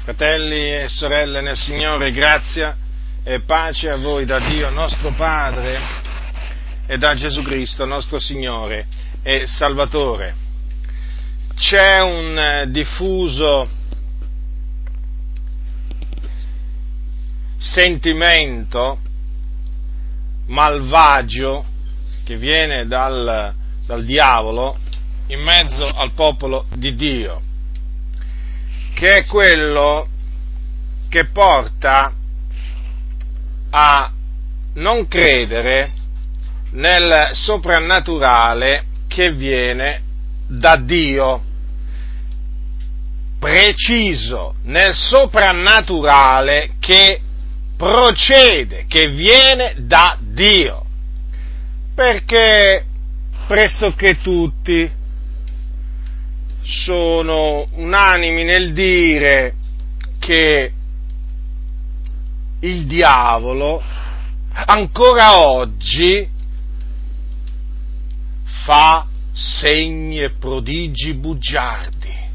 Fratelli e sorelle nel Signore, grazia e pace a voi da Dio nostro Padre e da Gesù Cristo nostro Signore e Salvatore. C'è un diffuso sentimento malvagio che viene dal diavolo in mezzo al popolo di Dio, che è quello che porta a non credere nel soprannaturale che viene da Dio. Preciso, nel soprannaturale che procede, che viene da Dio. Perché pressoché tutti sono unanimi nel dire che il diavolo ancora oggi fa segni e prodigi bugiardi.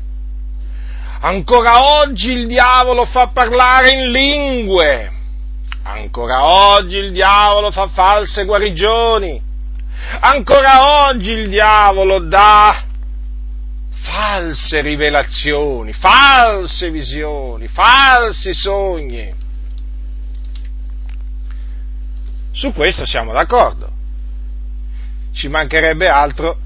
Ancora oggi il diavolo fa parlare in lingue. Ancora oggi il diavolo fa false guarigioni. Ancora oggi il diavolo dà false rivelazioni, false visioni, falsi sogni. Su questo siamo d'accordo. Ci mancherebbe altro.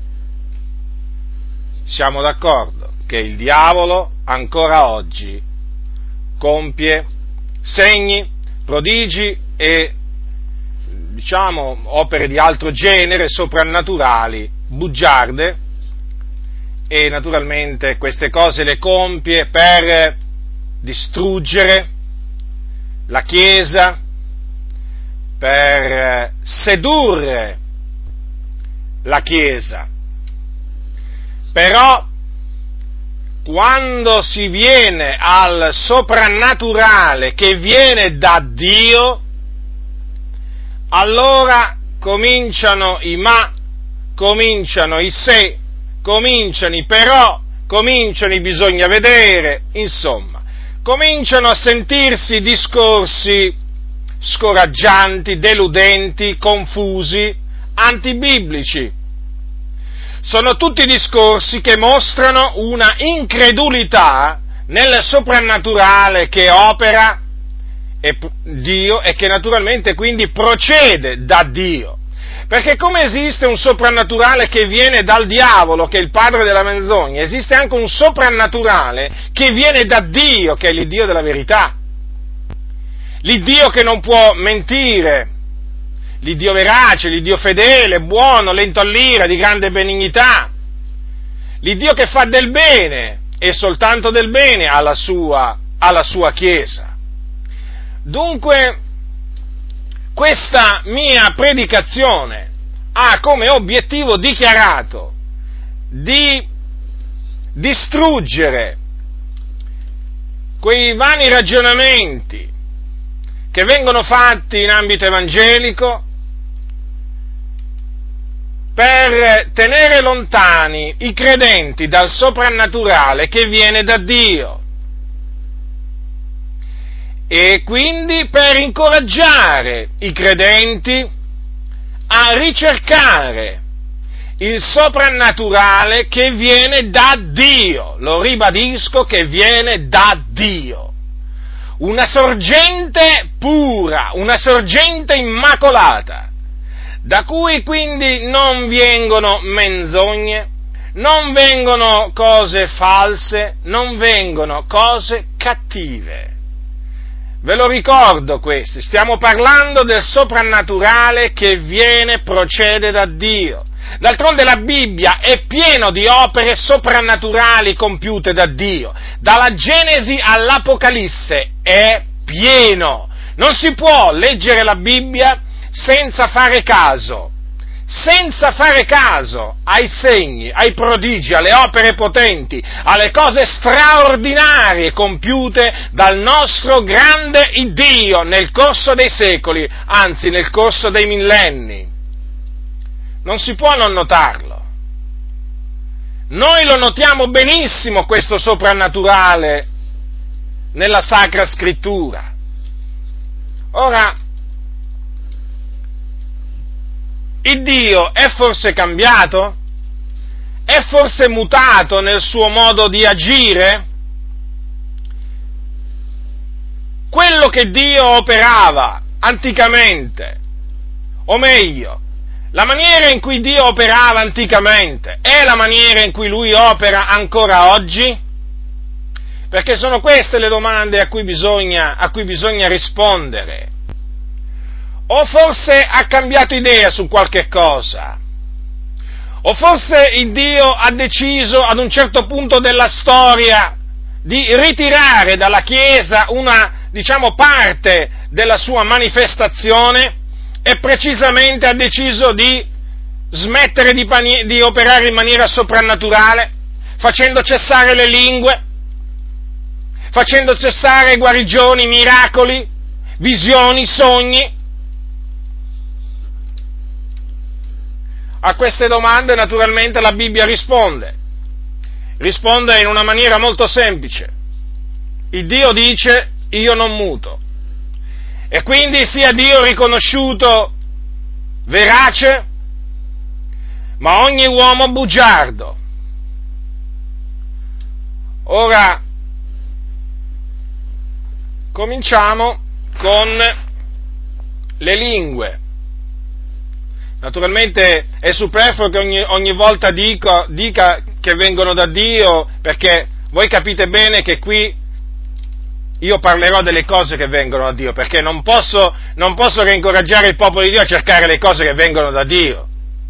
Siamo d'accordo che il diavolo ancora oggi compie segni, prodigi e, opere di altro genere, soprannaturali, bugiarde, e naturalmente queste cose le compie per distruggere la Chiesa, per sedurre la Chiesa. Però quando si viene al soprannaturale che viene da Dio, allora cominciano i ma, cominciano i se, cominciano i però, cominciano i bisogna vedere, insomma, cominciano a sentirsi discorsi scoraggianti, deludenti, confusi, antibiblici. Sono tutti discorsi che mostrano una incredulità nel soprannaturale che opera Dio e che naturalmente quindi procede da Dio. Perché come esiste un soprannaturale che viene dal diavolo, che è il padre della menzogna, esiste anche un soprannaturale che viene da Dio, che è l'Iddio della verità. L'Iddio che non può mentire, l'Iddio verace, l'Iddio fedele, buono, lento all'ira, di grande benignità, l'Iddio che fa del bene e soltanto del bene alla sua Chiesa. Dunque, questa mia predicazione ha come obiettivo dichiarato di distruggere quei vani ragionamenti che vengono fatti in ambito evangelico per tenere lontani i credenti dal soprannaturale che viene da Dio. E quindi per incoraggiare i credenti a ricercare il soprannaturale che viene da Dio, lo ribadisco, che viene da Dio, una sorgente pura, una sorgente immacolata, da cui quindi non vengono menzogne, non vengono cose false, non vengono cose cattive. Ve lo ricordo questo, stiamo parlando del soprannaturale che procede da Dio. D'altronde la Bibbia è piena di opere soprannaturali compiute da Dio. Dalla Genesi all'Apocalisse è pieno. Non si può leggere la Bibbia senza fare caso ai segni, ai prodigi, alle opere potenti, alle cose straordinarie compiute dal nostro grande Iddio nel corso dei secoli, anzi nel corso dei millenni. Non si può non notarlo. Noi lo notiamo benissimo questo soprannaturale nella Sacra Scrittura. Ora, il Dio è forse cambiato? È forse mutato nel suo modo di agire? Quello che Dio operava anticamente, o meglio, la maniera in cui Dio operava anticamente è la maniera in cui Lui opera ancora oggi? Perché sono queste le domande a cui bisogna rispondere. O forse ha cambiato idea su qualche cosa? O forse il Dio ha deciso ad un certo punto della storia di ritirare dalla Chiesa una, parte della sua manifestazione e precisamente ha deciso di smettere di operare in maniera soprannaturale, facendo cessare le lingue, facendo cessare guarigioni, miracoli, visioni, sogni? A queste domande naturalmente la Bibbia risponde in una maniera molto semplice. Il Dio dice: io non muto. E quindi sia Dio riconosciuto verace, ma ogni uomo bugiardo. Ora, cominciamo con le lingue. Naturalmente è superfluo che ogni volta dica che vengono da Dio, perché voi capite bene che qui io parlerò delle cose che vengono da Dio, perché non posso che incoraggiare il popolo di Dio a cercare le cose che vengono da Dio.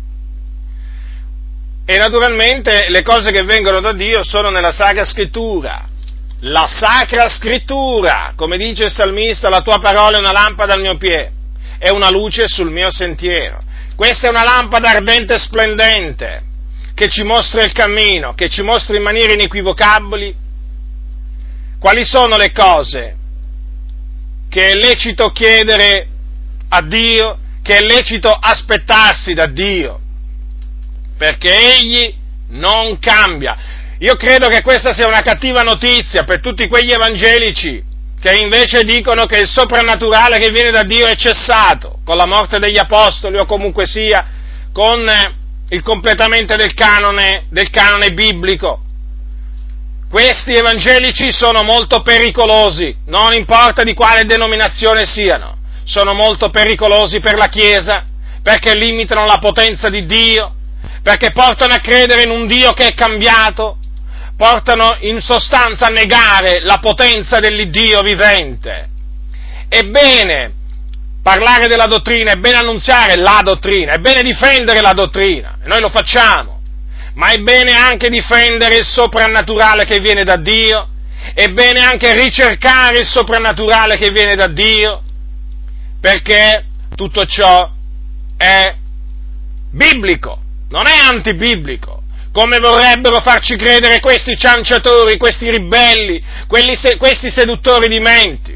E naturalmente le cose che vengono da Dio sono nella Sacra Scrittura. La Sacra Scrittura, come dice il salmista: la tua parola è una lampada al mio piede, è una luce sul mio sentiero. Questa è una lampada ardente e splendente, che ci mostra il cammino, che ci mostra in maniere inequivocabili quali sono le cose che è lecito chiedere a Dio, che è lecito aspettarsi da Dio, perché Egli non cambia. Io credo che questa sia una cattiva notizia per tutti quegli evangelici che invece dicono che il soprannaturale che viene da Dio è cessato con la morte degli apostoli, o comunque sia con il completamento del canone biblico. Questi evangelici sono molto pericolosi, non importa di quale denominazione siano, sono molto pericolosi per la Chiesa, perché limitano la potenza di Dio, perché portano a credere in un Dio che è cambiato, portano in sostanza a negare la potenza dell'Iddio vivente. È bene parlare della dottrina, è bene annunziare la dottrina, è bene difendere la dottrina, e noi lo facciamo, ma è bene anche difendere il soprannaturale che viene da Dio, è bene anche ricercare il soprannaturale che viene da Dio, perché tutto ciò è biblico, non è antibiblico, come vorrebbero farci credere questi cianciatori, questi ribelli, questi seduttori di menti.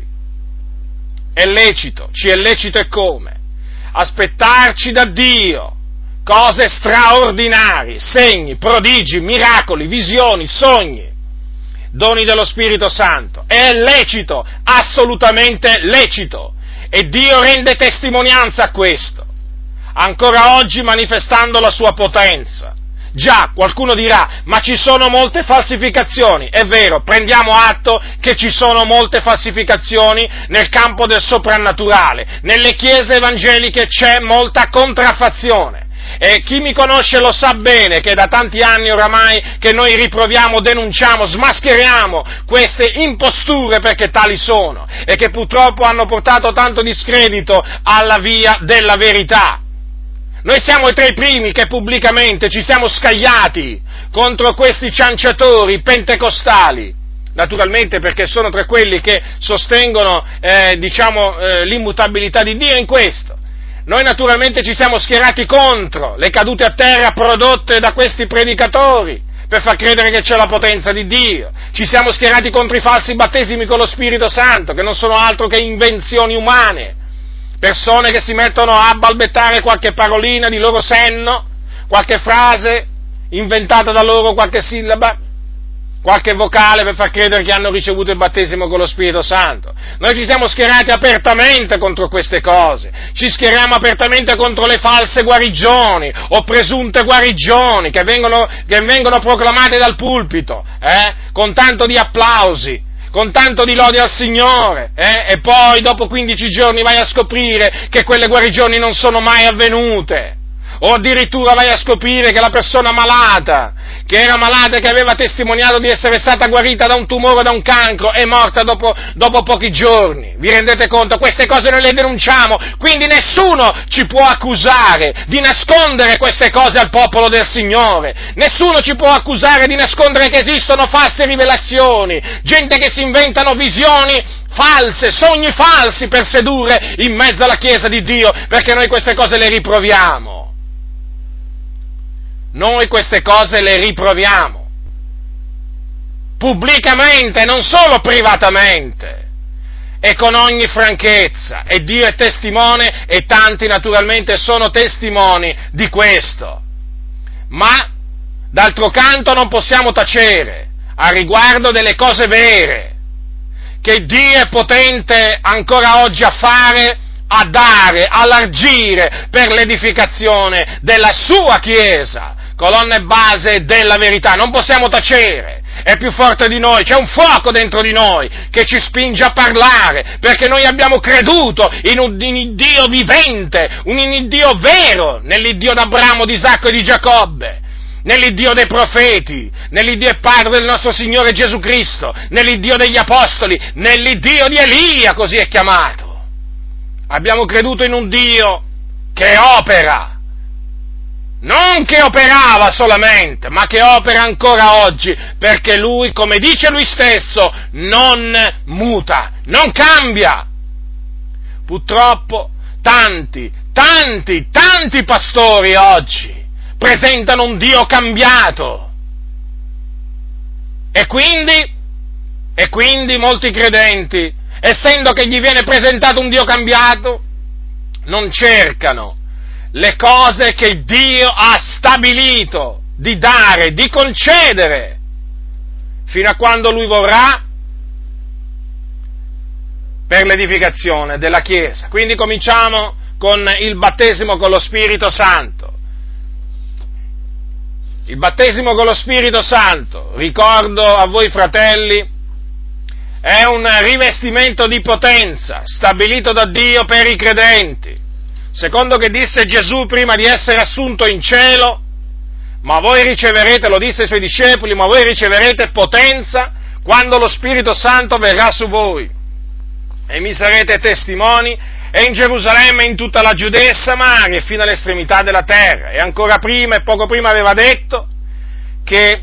È lecito, ci è lecito e come? Aspettarci da Dio cose straordinarie, segni, prodigi, miracoli, visioni, sogni, doni dello Spirito Santo. È lecito, assolutamente lecito, e Dio rende testimonianza a questo, ancora oggi manifestando la sua potenza. Già, qualcuno dirà: ma ci sono molte falsificazioni. È vero, prendiamo atto che ci sono molte falsificazioni nel campo del soprannaturale. Nelle chiese evangeliche c'è molta contraffazione. E chi mi conosce lo sa bene che da tanti anni oramai che noi riproviamo, denunciamo, smascheriamo queste imposture, perché tali sono, e che purtroppo hanno portato tanto discredito alla via della verità. Noi siamo tra i primi che pubblicamente ci siamo scagliati contro questi cianciatori pentecostali, naturalmente perché sono tra quelli che sostengono l'immutabilità di Dio in questo. Noi naturalmente ci siamo schierati contro le cadute a terra prodotte da questi predicatori per far credere che c'è la potenza di Dio. Ci siamo schierati contro i falsi battesimi con lo Spirito Santo, che non sono altro che invenzioni umane. Persone che si mettono a balbettare qualche parolina di loro senno, qualche frase inventata da loro, qualche sillaba, qualche vocale per far credere che hanno ricevuto il battesimo con lo Spirito Santo. Noi ci siamo schierati apertamente contro queste cose, ci schieriamo apertamente contro le false guarigioni o presunte guarigioni che vengono proclamate dal pulpito, con tanto di applausi, con tanto di lode al Signore, e poi dopo 15 giorni vai a scoprire che quelle guarigioni non sono mai avvenute. O addirittura vai a scoprire che la persona malata, che era malata e che aveva testimoniato di essere stata guarita da un tumore o da un cancro, è morta dopo pochi giorni. Vi rendete conto? Queste cose noi le denunciamo, quindi nessuno ci può accusare di nascondere queste cose al popolo del Signore. Nessuno ci può accusare di nascondere che esistono false rivelazioni, gente che si inventano visioni false, sogni falsi per sedurre in mezzo alla Chiesa di Dio, perché noi queste cose le riproviamo. Noi queste cose le riproviamo, pubblicamente, non solo privatamente, e con ogni franchezza, e Dio è testimone, e tanti naturalmente sono testimoni di questo. Ma, d'altro canto, non possiamo tacere a riguardo delle cose vere, che Dio è potente ancora oggi a fare, a dare, a largire per l'edificazione della sua Chiesa, colonna e base della verità. Non possiamo tacere, è più forte di noi, c'è un fuoco dentro di noi che ci spinge a parlare, perché noi abbiamo creduto in un Dio vivente, un Dio vero, nell'Iddio d'Abramo, di Isacco e di Giacobbe, nell'Iddio dei profeti, nell'Iddio e Padre del nostro Signore Gesù Cristo, nell'Iddio degli Apostoli, nell'Iddio di Elia, così è chiamato. Abbiamo creduto in un Dio che opera, non che operava solamente, ma che opera ancora oggi, perché Lui, come dice Lui stesso, non muta, non cambia. Purtroppo tanti pastori oggi presentano un Dio cambiato, e quindi molti credenti, essendo che gli viene presentato un Dio cambiato, non cercano le cose che Dio ha stabilito di dare, di concedere, fino a quando Lui vorrà, per l'edificazione della Chiesa. Quindi cominciamo con il battesimo con lo Spirito Santo. Il battesimo con lo Spirito Santo, ricordo a voi fratelli, è un rivestimento di potenza stabilito da Dio per i credenti. Secondo che disse Gesù prima di essere assunto in cielo, ma voi riceverete, lo disse ai Suoi discepoli, ma voi riceverete potenza quando lo Spirito Santo verrà su voi, e mi sarete testimoni, e in Gerusalemme, in tutta la Giudea e Samaria, e fino all'estremità della terra. E ancora prima, e poco prima aveva detto che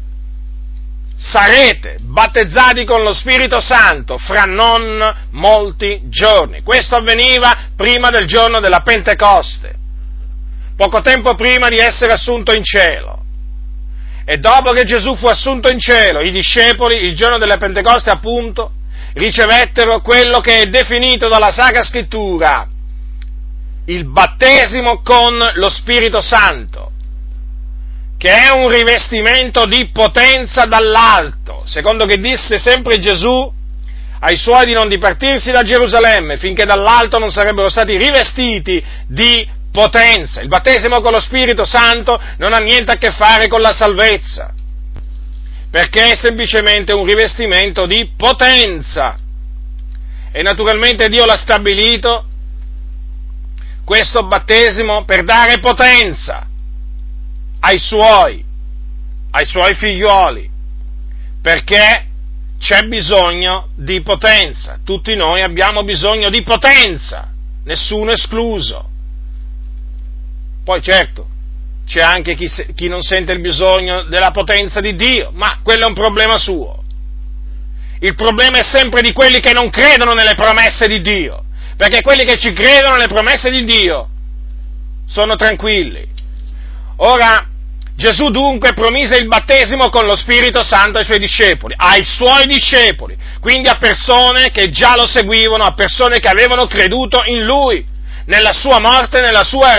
sarete battezzati con lo Spirito Santo fra non molti giorni. Questo avveniva prima del giorno della Pentecoste, poco tempo prima di essere assunto in cielo. E dopo che Gesù fu assunto in cielo, i discepoli, il giorno della Pentecoste appunto, ricevettero quello che è definito dalla Sacra Scrittura il battesimo con lo Spirito Santo, che è un rivestimento di potenza dall'alto, secondo che disse sempre Gesù ai Suoi di non dipartirsi da Gerusalemme finché dall'alto non sarebbero stati rivestiti di potenza. Il battesimo con lo Spirito Santo non ha niente a che fare con la salvezza, perché è semplicemente un rivestimento di potenza, e naturalmente Dio l'ha stabilito, questo battesimo, per dare potenza ai suoi figlioli, perché c'è bisogno di potenza, tutti noi abbiamo bisogno di potenza, nessuno escluso. Poi certo, c'è anche chi non sente il bisogno della potenza di Dio, ma quello è un problema suo. Il problema è sempre di quelli che non credono nelle promesse di Dio, perché quelli che ci credono nelle promesse di Dio sono tranquilli. Ora, Gesù dunque promise il battesimo con lo Spirito Santo ai Suoi discepoli, quindi a persone che già lo seguivano, a persone che avevano creduto in Lui, nella Sua morte e nella Sua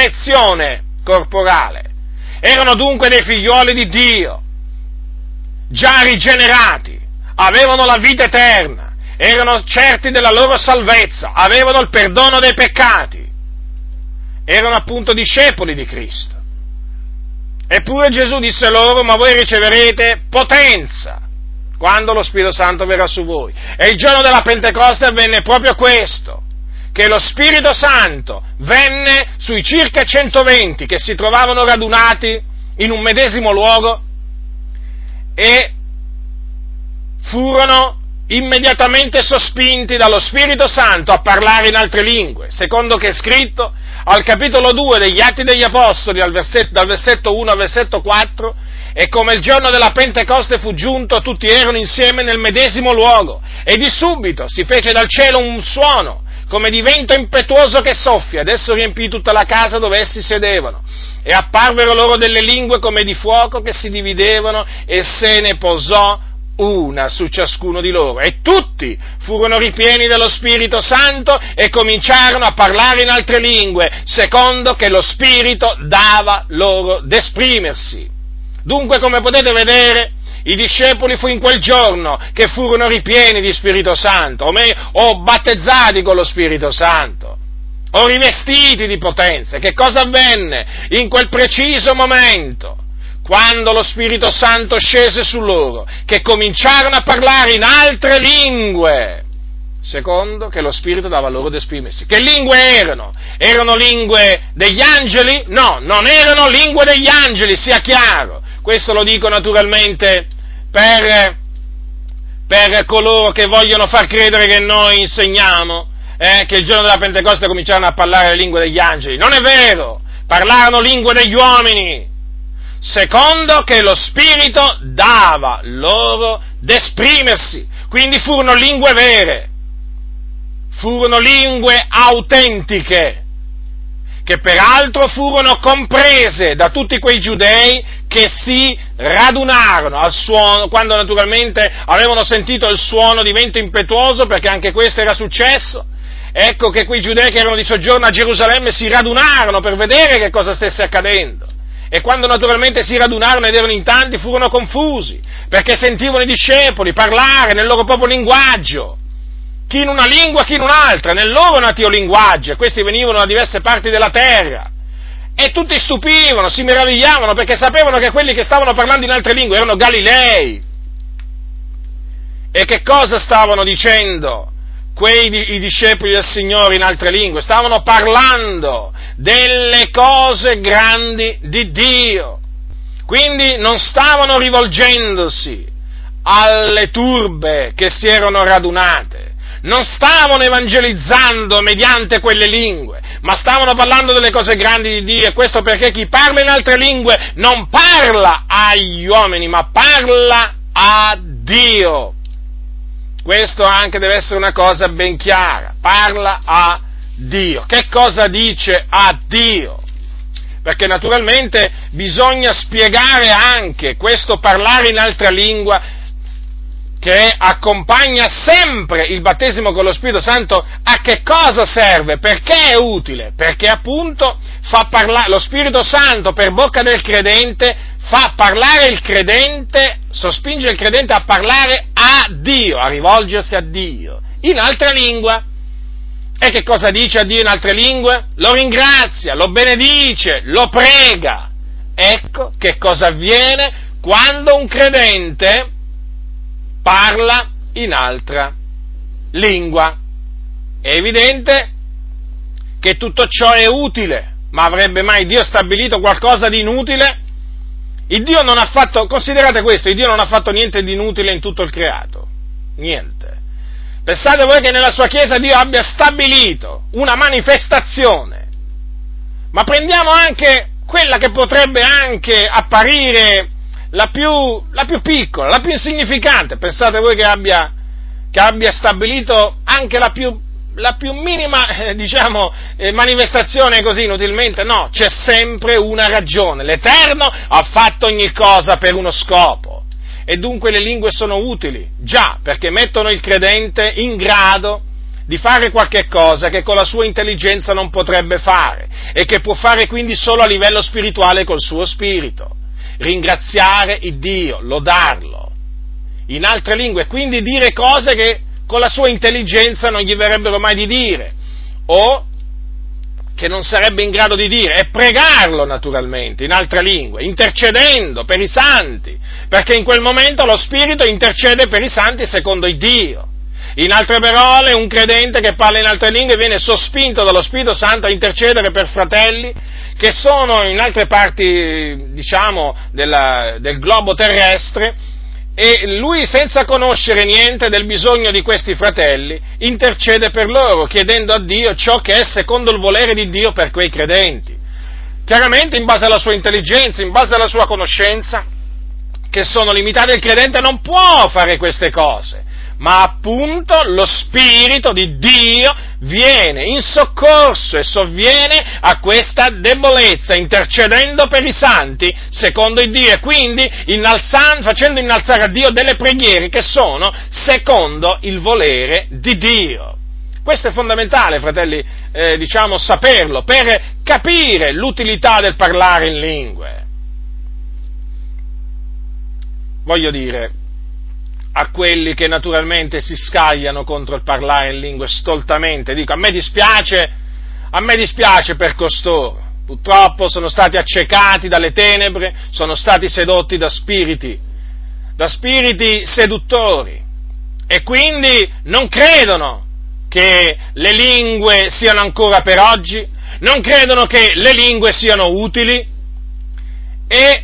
resurrezione corporale. Erano dunque dei figlioli di Dio, già rigenerati, avevano la vita eterna, erano certi della loro salvezza, avevano il perdono dei peccati, erano appunto discepoli di Cristo. Eppure Gesù disse loro: ma voi riceverete potenza quando lo Spirito Santo verrà su voi. E il giorno della Pentecoste avvenne proprio questo, che lo Spirito Santo venne sui circa 120 che si trovavano radunati in un medesimo luogo e furono immediatamente sospinti dallo Spirito Santo a parlare in altre lingue, secondo che è scritto al capitolo 2 degli Atti degli Apostoli, dal versetto 1 al versetto 4, e come il giorno della Pentecoste fu giunto, tutti erano insieme nel medesimo luogo, e di subito si fece dal cielo un suono, come di vento impetuoso che soffia, ed esso riempì tutta la casa dove essi sedevano, e apparvero loro delle lingue come di fuoco che si dividevano, e se ne posò una su ciascuno di loro, e tutti furono ripieni dello Spirito Santo e cominciarono a parlare in altre lingue, secondo che lo Spirito dava loro d'esprimersi. Dunque, come potete vedere, i discepoli fu in quel giorno che furono ripieni di Spirito Santo, o battezzati con lo Spirito Santo, o rivestiti di potenza. Che cosa avvenne in quel preciso momento? Quando lo Spirito Santo scese su loro, che cominciarono a parlare in altre lingue, secondo che lo Spirito dava loro ad esprimersi. Che lingue erano? Erano lingue degli angeli? No, non erano lingue degli angeli, sia chiaro. Questo lo dico naturalmente per coloro che vogliono far credere che noi insegniamo che il giorno della Pentecoste cominciarono a parlare le lingue degli angeli. Non è vero, parlarono lingue degli uomini, secondo che lo Spirito dava loro d'esprimersi. Quindi furono lingue vere, furono lingue autentiche, che peraltro furono comprese da tutti quei giudei che si radunarono al suono, quando naturalmente avevano sentito il suono di vento impetuoso, perché anche questo era successo. Ecco che quei giudei che erano di soggiorno a Gerusalemme si radunarono per vedere che cosa stesse accadendo. E quando naturalmente si radunarono ed erano in tanti, furono confusi, perché sentivano i discepoli parlare nel loro proprio linguaggio, chi in una lingua, chi in un'altra, nel loro natio linguaggio, e questi venivano da diverse parti della terra, e tutti stupivano, si meravigliavano, perché sapevano che quelli che stavano parlando in altre lingue erano Galilei. E che cosa stavano dicendo i discepoli del Signore in altre lingue? Stavano parlando delle cose grandi di Dio. Quindi non stavano rivolgendosi alle turbe che si erano radunate, non stavano evangelizzando mediante quelle lingue, ma stavano parlando delle cose grandi di Dio. E questo perché chi parla in altre lingue non parla agli uomini, ma parla a Dio. Questo anche deve essere una cosa ben chiara, parla a Dio. Che cosa dice a Dio? Perché naturalmente bisogna spiegare anche questo parlare in altra lingua, che accompagna sempre il battesimo con lo Spirito Santo, a che cosa serve? Perché è utile? Perché appunto fa parlare lo Spirito Santo per bocca del credente, fa parlare il credente, sospinge il credente a parlare a Dio, a rivolgersi a Dio in altra lingua. E che cosa dice a Dio in altre lingue? Lo ringrazia, lo benedice, lo prega. Ecco che cosa avviene quando un credente parla in altra lingua. È evidente che tutto ciò è utile, ma avrebbe mai Dio stabilito qualcosa di inutile? Il Dio non ha fatto, considerate questo, il Dio non ha fatto niente di inutile in tutto il creato, niente. Pensate voi che nella sua Chiesa Dio abbia stabilito una manifestazione, ma prendiamo anche quella che potrebbe anche apparire la più piccola, la più insignificante. Pensate voi che abbia stabilito anche la più minima, manifestazione così inutilmente? No, c'è sempre una ragione. L'Eterno ha fatto ogni cosa per uno scopo. E dunque le lingue sono utili, già, perché mettono il credente in grado di fare qualche cosa che con la sua intelligenza non potrebbe fare, e che può fare quindi solo a livello spirituale col suo spirito. Ringraziare il Dio, lodarlo, in altre lingue, quindi dire cose che con la sua intelligenza non gli verrebbero mai di dire, o che non sarebbe in grado di dire, e pregarlo naturalmente in altre lingue, intercedendo per i santi, perché in quel momento lo Spirito intercede per i santi secondo il Dio. In altre parole, un credente che parla in altre lingue viene sospinto dallo Spirito Santo a intercedere per fratelli che sono in altre parti, diciamo, del globo terrestre, e lui, senza conoscere niente del bisogno di questi fratelli, intercede per loro, chiedendo a Dio ciò che è secondo il volere di Dio per quei credenti. Chiaramente in base alla sua intelligenza, in base alla sua conoscenza, che sono limitate, il credente non può fare queste cose, ma appunto lo Spirito di Dio viene in soccorso e sovviene a questa debolezza, intercedendo per i santi secondo il Dio, e quindi facendo innalzare a Dio delle preghiere che sono secondo il volere di Dio. Questo è fondamentale, fratelli, saperlo, per capire l'utilità del parlare in lingue. Voglio dire, a quelli che naturalmente si scagliano contro il parlare in lingue stoltamente, dico, a me dispiace per costoro, purtroppo sono stati accecati dalle tenebre, sono stati sedotti da spiriti seduttori, e quindi non credono che le lingue siano ancora per oggi, non credono che le lingue siano utili, e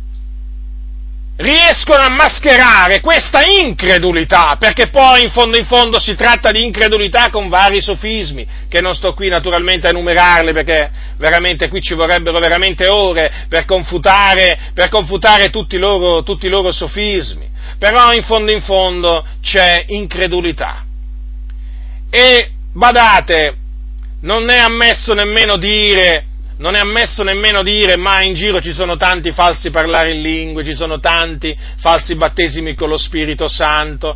riescono a mascherare questa incredulità, perché poi in fondo si tratta di incredulità con vari sofismi, che non sto qui naturalmente a enumerarli, perché veramente qui ci vorrebbero veramente ore per confutare tutti i loro sofismi, però in fondo c'è incredulità. E badate, non è ammesso nemmeno dire, ma in giro ci sono tanti falsi parlare in lingue, ci sono tanti falsi battesimi con lo Spirito Santo,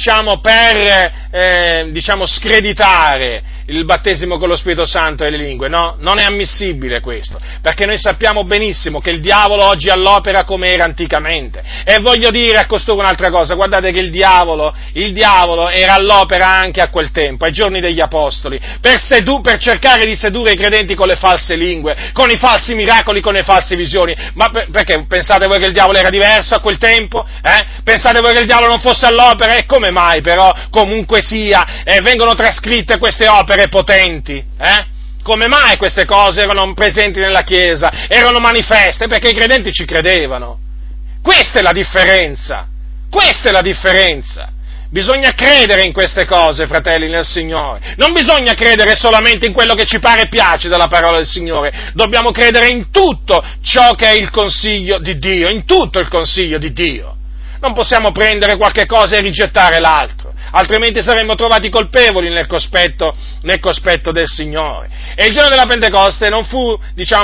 per screditare il battesimo con lo Spirito Santo e le lingue. No, non è ammissibile questo, perché noi sappiamo benissimo che il diavolo oggi è all'opera come era anticamente. E voglio dire a costoro un'altra cosa: guardate che il diavolo era all'opera anche a quel tempo, ai giorni degli Apostoli, per cercare di sedurre i credenti con le false lingue, con i falsi miracoli, con le false visioni. Ma perché pensate voi che il diavolo era diverso a quel tempo? Pensate voi che il diavolo non fosse all'opera? E come mai però, comunque sia, vengono trascritte queste opere potenti? Come mai queste cose erano presenti nella Chiesa, erano manifeste? Perché i credenti ci credevano. Questa è la differenza. Bisogna credere in queste cose, fratelli nel Signore. Non bisogna credere solamente in quello che ci pare e piace della parola del Signore. Dobbiamo credere in tutto ciò che è il consiglio di Dio, in tutto il consiglio di Dio. Non possiamo prendere qualche cosa e rigettare l'altro, altrimenti saremmo trovati colpevoli nel cospetto del Signore. E il giorno della Pentecoste non fu,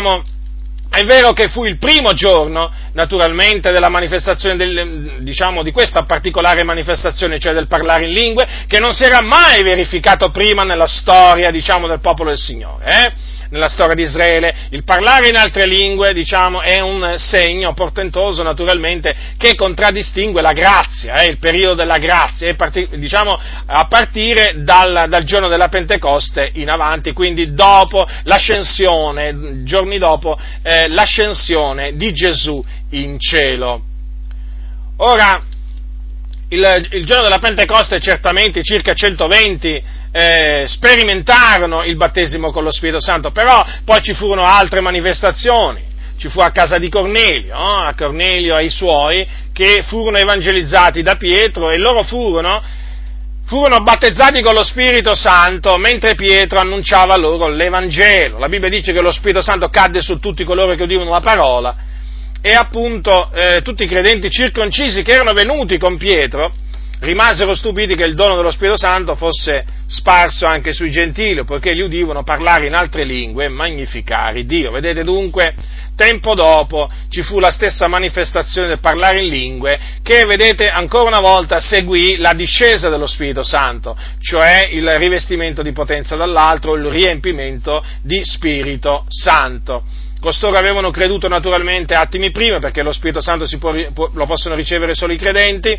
è vero che fu il primo giorno, naturalmente, della manifestazione, di questa particolare manifestazione, cioè del parlare in lingue, che non si era mai verificato prima nella storia, del popolo del Signore, nella storia di Israele. Il parlare in altre lingue, è un segno portentoso, naturalmente, che contraddistingue la grazia, il periodo della grazia, a partire dal giorno della Pentecoste in avanti, quindi dopo l'ascensione, giorni dopo l'ascensione di Gesù in cielo. Ora, il giorno della Pentecoste certamente circa 120 sperimentarono il battesimo con lo Spirito Santo, però poi ci furono altre manifestazioni. Ci fu a casa di Cornelio, a Cornelio e ai suoi, che furono evangelizzati da Pietro, e loro furono battezzati con lo Spirito Santo mentre Pietro annunciava loro l'Evangelo. La Bibbia dice che lo Spirito Santo cadde su tutti coloro che udivano la parola, e appunto tutti i credenti circoncisi che erano venuti con Pietro rimasero stupiti che il dono dello Spirito Santo fosse sparso anche sui gentili, poiché li udivano parlare in altre lingue e magnificare Dio. Vedete dunque, tempo dopo ci fu la stessa manifestazione del parlare in lingue, che, vedete, ancora una volta seguì la discesa dello Spirito Santo, cioè il rivestimento di potenza dall'alto, il riempimento di Spirito Santo. Costoro avevano creduto naturalmente attimi prima, perché lo Spirito Santo lo possono ricevere solo i credenti,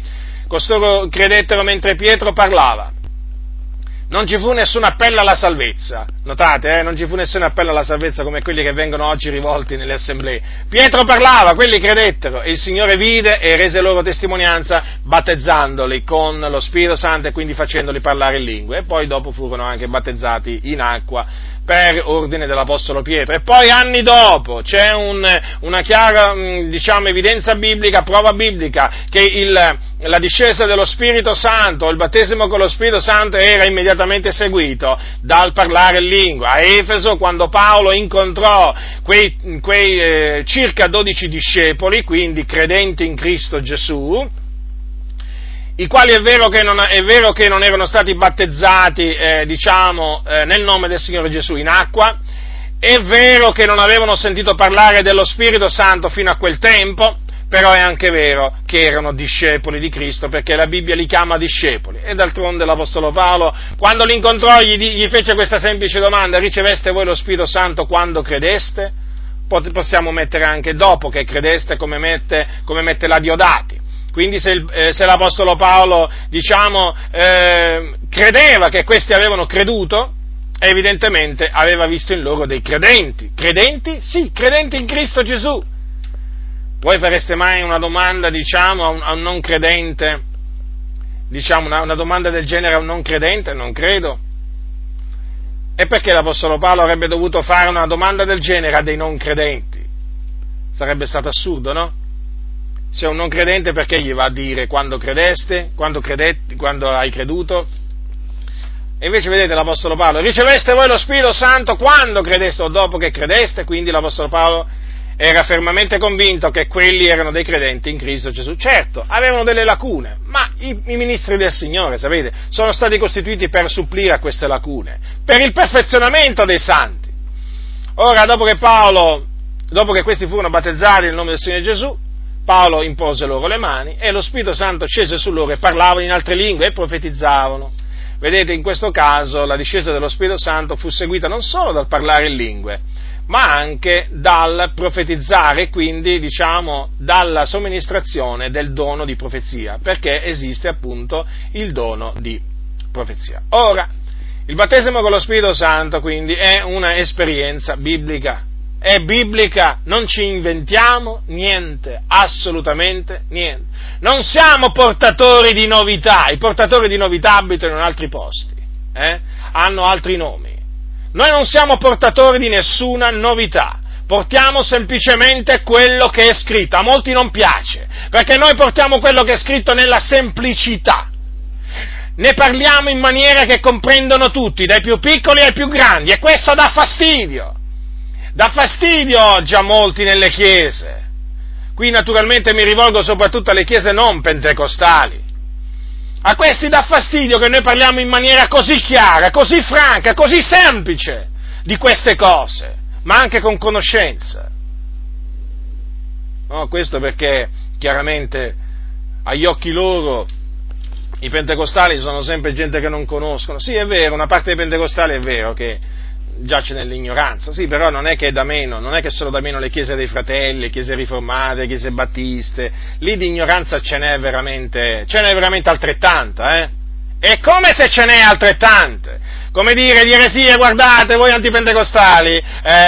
costoro credettero mentre Pietro parlava. Non ci fu nessun appello alla salvezza, notate, non ci fu nessun appello alla salvezza come quelli che vengono oggi rivolti nelle assemblee. Pietro parlava, quelli credettero, e il Signore vide e rese loro testimonianza battezzandoli con lo Spirito Santo e quindi facendoli parlare in lingue, e poi dopo furono anche battezzati in acqua per ordine dell'Apostolo Pietro. E poi anni dopo c'è una chiara, evidenza biblica, prova biblica, che la discesa dello Spirito Santo, il battesimo con lo Spirito Santo era immediatamente seguito dal parlare in lingua. A Efeso, quando Paolo incontrò quei circa 12 discepoli, quindi credenti in Cristo Gesù, i quali è vero che non erano stati battezzati, nel nome del Signore Gesù in acqua, è vero che non avevano sentito parlare dello Spirito Santo fino a quel tempo, però è anche vero che erano discepoli di Cristo, perché la Bibbia li chiama discepoli. E d'altronde l'Apostolo Paolo, quando li incontrò, gli fece questa semplice domanda: riceveste voi lo Spirito Santo quando credeste? Possiamo mettere anche dopo che credeste, come mette la Diodati. Quindi se l'Apostolo Paolo, credeva che questi avevano creduto, evidentemente aveva visto in loro dei credenti. Credenti? Sì, credenti in Cristo Gesù. Voi fareste mai una domanda, a un non credente, una domanda del genere a un non credente? Non credo. E perché l'Apostolo Paolo avrebbe dovuto fare una domanda del genere a dei non credenti? Sarebbe stato assurdo, no? Se è un non credente, perché gli va a dire quando credeste, quando hai creduto? E invece vedete l'Apostolo Paolo: riceveste voi lo Spirito Santo quando credeste o dopo che credeste? Quindi l'Apostolo Paolo era fermamente convinto che quelli erano dei credenti in Cristo Gesù. Certo, avevano delle lacune, ma i ministri del Signore, sapete, sono stati costituiti per supplire a queste lacune, per il perfezionamento dei santi. Ora, dopo che questi furono battezzati nel nome del Signore Gesù, Paolo impose loro le mani e lo Spirito Santo scese su loro e parlavano in altre lingue e profetizzavano. Vedete, in questo caso la discesa dello Spirito Santo fu seguita non solo dal parlare in lingue, ma anche dal profetizzare, quindi dalla somministrazione del dono di profezia, perché esiste appunto il dono di profezia. Ora, il battesimo con lo Spirito Santo quindi è una esperienza biblica. È biblica, non ci inventiamo niente, assolutamente niente. Non siamo portatori di novità, i portatori di novità abitano in altri posti, hanno altri nomi. Noi non siamo portatori di nessuna novità, portiamo semplicemente quello che è scritto. A molti non piace, perché noi portiamo quello che è scritto nella semplicità. Ne parliamo in maniera che comprendono tutti, dai più piccoli ai più grandi, e questo dà fastidio. Dà fastidio oggi a molti nelle chiese. Qui naturalmente mi rivolgo soprattutto alle chiese non pentecostali. A questi dà fastidio che noi parliamo in maniera così chiara, così franca, così semplice di queste cose, ma anche con conoscenza. No, questo perché chiaramente agli occhi loro i pentecostali sono sempre gente che non conoscono. Sì, è vero, una parte dei pentecostali è vero che giace nell'ignoranza, sì, però non è che è da meno, non è che sono da meno le chiese dei fratelli, le chiese riformate, le chiese battiste, lì di ignoranza ce n'è veramente altrettanta, È come se ce n'è altrettante, come dire, di eresie, guardate, voi antipentecostali,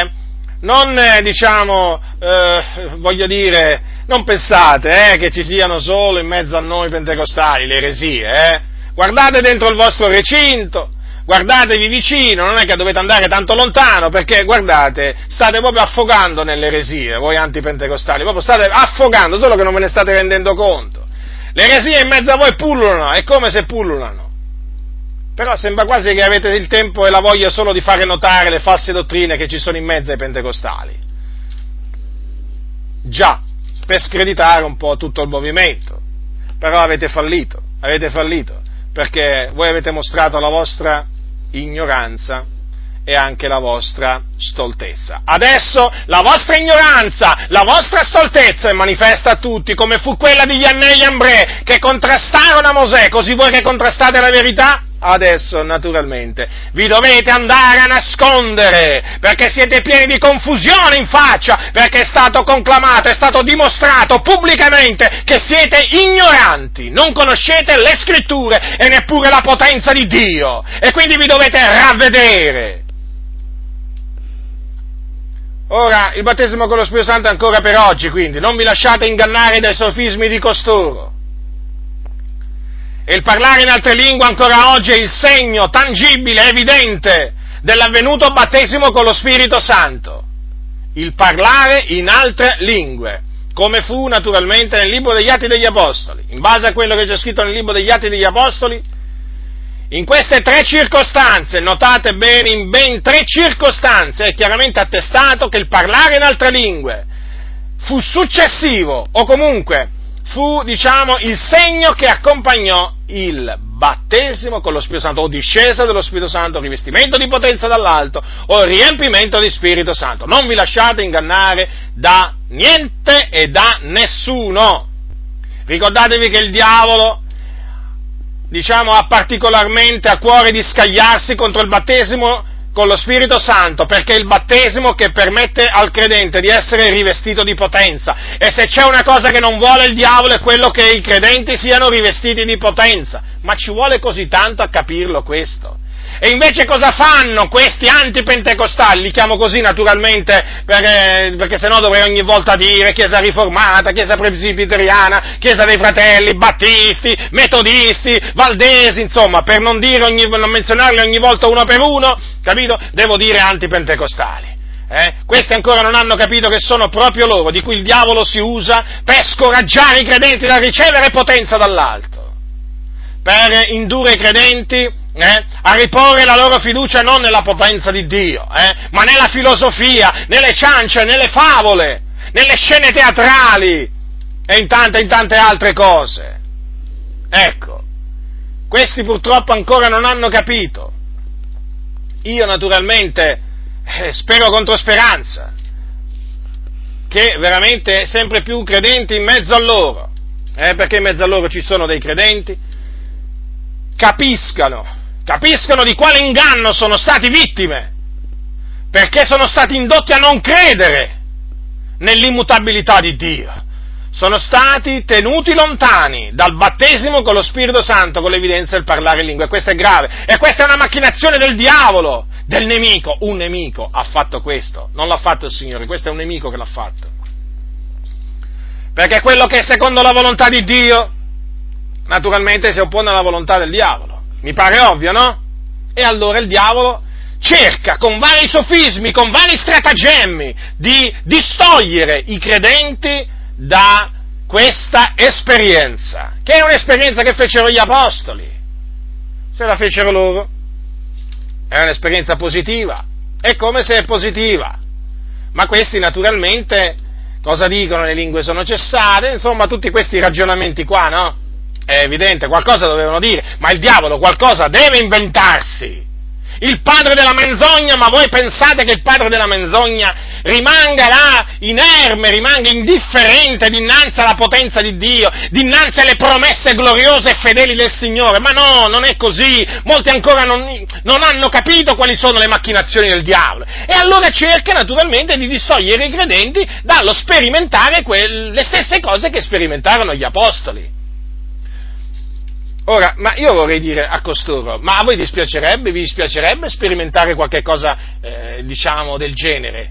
non pensate, che ci siano solo in mezzo a noi pentecostali le eresie, Guardate dentro il vostro recinto, guardatevi vicino, non è che dovete andare tanto lontano, perché guardate, state proprio affogando nelle eresie, voi antipentecostali, proprio state affogando, solo che non ve ne state rendendo conto. Le eresie in mezzo a voi pullulano, è come se pullulano. Però sembra quasi che avete il tempo e la voglia solo di fare notare le false dottrine che ci sono in mezzo ai pentecostali. Già, per screditare un po' tutto il movimento. Però avete fallito, perché voi avete mostrato la vostra ignoranza e anche la vostra stoltezza. Adesso la vostra ignoranza, la vostra stoltezza è manifesta a tutti, come fu quella di Iannè e Iambrè, che contrastarono a Mosè, così voi che contrastate la verità? Adesso, naturalmente, vi dovete andare a nascondere, perché siete pieni di confusione in faccia, perché è stato conclamato, è stato dimostrato pubblicamente che siete ignoranti, non conoscete le Scritture e neppure la potenza di Dio, e quindi vi dovete ravvedere. Ora, il battesimo con lo Spirito Santo è ancora per oggi, quindi non vi lasciate ingannare dai sofismi di costoro. E il parlare in altre lingue ancora oggi è il segno tangibile, evidente, dell'avvenuto battesimo con lo Spirito Santo. Il parlare in altre lingue, come fu naturalmente nel libro degli Atti degli Apostoli. In base a quello che c'è scritto nel libro degli Atti degli Apostoli, in queste 3 circostanze, notate bene, in ben 3 circostanze è chiaramente attestato che il parlare in altre lingue fu successivo, o comunque fu, il segno che accompagnò il battesimo con lo Spirito Santo, o discesa dello Spirito Santo, rivestimento di potenza dall'alto, o riempimento di Spirito Santo. Non vi lasciate ingannare da niente e da nessuno. Ricordatevi che il diavolo, ha particolarmente a cuore di scagliarsi contro il battesimo con lo Spirito Santo, perché è il battesimo che permette al credente di essere rivestito di potenza, e se c'è una cosa che non vuole il diavolo è quello che i credenti siano rivestiti di potenza, ma ci vuole così tanto a capirlo questo? E invece cosa fanno questi antipentecostali? Li chiamo così naturalmente perché sennò dovrei ogni volta dire Chiesa riformata, Chiesa presbiteriana, Chiesa dei fratelli, battisti, metodisti, valdesi, insomma, per non menzionarli ogni volta uno per uno, capito? Devo dire antipentecostali. Questi ancora non hanno capito che sono proprio loro, di cui il diavolo si usa per scoraggiare i credenti da ricevere potenza dall'alto, per indurre i credenti a riporre la loro fiducia non nella potenza di Dio, ma nella filosofia, nelle ciance, nelle favole, nelle scene teatrali e in tante altre cose. Ecco, questi purtroppo ancora non hanno capito. Io naturalmente spero contro speranza che veramente sempre più credenti in mezzo a loro, perché in mezzo a loro ci sono dei credenti, capiscano di quale inganno sono stati vittime, perché sono stati indotti a non credere nell'immutabilità di Dio, sono stati tenuti lontani dal battesimo con lo Spirito Santo, con l'evidenza del parlare in lingue, e questo è grave, e questa è una macchinazione del diavolo, del nemico. Un nemico ha fatto questo, non l'ha fatto il Signore, questo è un nemico che l'ha fatto, perché quello che è secondo la volontà di Dio naturalmente si oppone alla volontà del diavolo. Mi pare ovvio, no? E allora il diavolo cerca con vari sofismi, con vari stratagemmi di distogliere i credenti da questa esperienza, che è un'esperienza che fecero gli apostoli. Se la fecero loro, è un'esperienza positiva, è come se è positiva, ma questi naturalmente cosa dicono? Le lingue sono cessate, insomma tutti questi ragionamenti qua, no? È evidente, qualcosa dovevano dire, ma il diavolo qualcosa deve inventarsi. Il padre della menzogna, ma voi pensate che il padre della menzogna rimanga là inerme, rimanga indifferente dinanzi alla potenza di Dio, dinanzi alle promesse gloriose e fedeli del Signore? Ma no, non è così. Molti ancora non hanno capito quali sono le macchinazioni del diavolo, e allora cerca naturalmente di distogliere i credenti dallo sperimentare le stesse cose che sperimentarono gli apostoli. Ora, ma io vorrei dire a costoro, ma a voi vi dispiacerebbe sperimentare qualche cosa, del genere,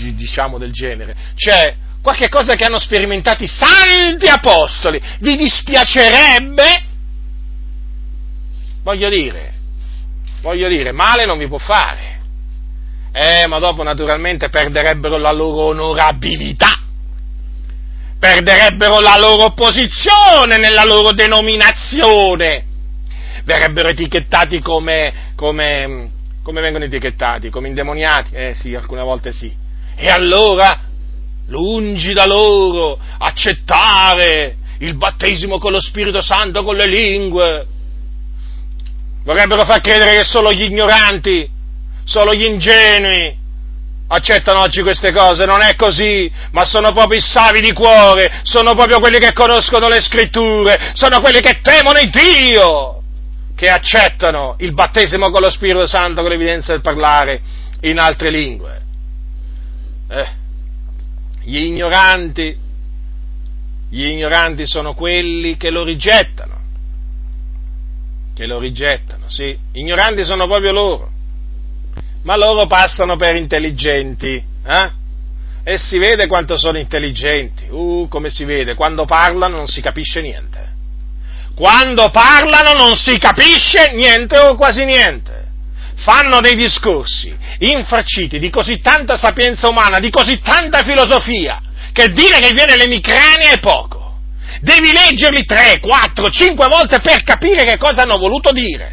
cioè, qualche cosa che hanno sperimentato i santi apostoli, vi dispiacerebbe? Voglio dire, male non vi può fare, ma dopo naturalmente perderebbero la loro onorabilità, perderebbero la loro posizione nella loro denominazione, verrebbero etichettati come vengono etichettati? Come indemoniati? Sì, alcune volte sì. E allora, lungi da loro accettare il battesimo con lo Spirito Santo, con le lingue, vorrebbero far credere che solo gli ignoranti, solo gli ingenui accettano oggi queste cose. Non è così, ma sono proprio i savi di cuore, sono proprio quelli che conoscono le Scritture, sono quelli che temono il Dio, che accettano il battesimo con lo Spirito Santo con l'evidenza del parlare in altre lingue. Gli ignoranti sono quelli che lo rigettano, sì, ignoranti sono proprio loro, ma loro passano per intelligenti, E si vede quanto sono intelligenti, come si vede, quando parlano non si capisce niente. Quando parlano non si capisce niente o quasi niente. Fanno dei discorsi infarciti di così tanta sapienza umana, di così tanta filosofia, che dire che viene l'emicrania è poco. Devi leggerli 3, 4, 5 volte per capire che cosa hanno voluto dire.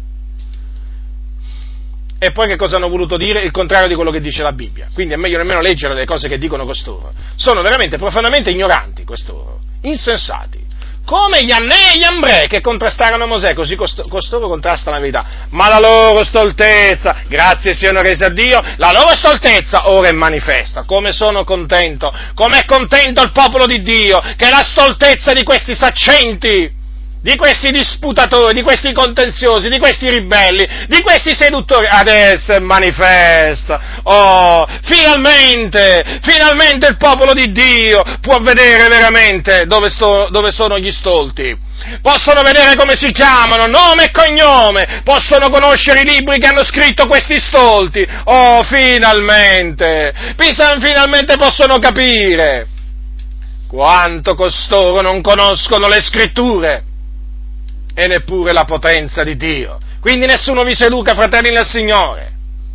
E poi che cosa hanno voluto dire? Il contrario di quello che dice la Bibbia. Quindi è meglio nemmeno leggere le cose che dicono costoro. Sono veramente profondamente ignoranti costoro, insensati. Come gli Annè e gli Ambrè che contrastarono Mosè, così costoro contrastano la verità. Ma la loro stoltezza, grazie siano rese a Dio, la loro stoltezza ora è manifesta. Come sono contento, come è contento il popolo di Dio, che la stoltezza di questi saccenti, di questi disputatori, di questi contenziosi, di questi ribelli, di questi seduttori, adesso è manifesta. Oh, finalmente il popolo di Dio può vedere veramente dove sono gli stolti. Possono vedere come si chiamano, nome e cognome, possono conoscere i libri che hanno scritto questi stolti. Oh, finalmente possono capire quanto costoro non conoscono le scritture e neppure la potenza di Dio. Quindi nessuno vi seduca, fratelli nel Signore.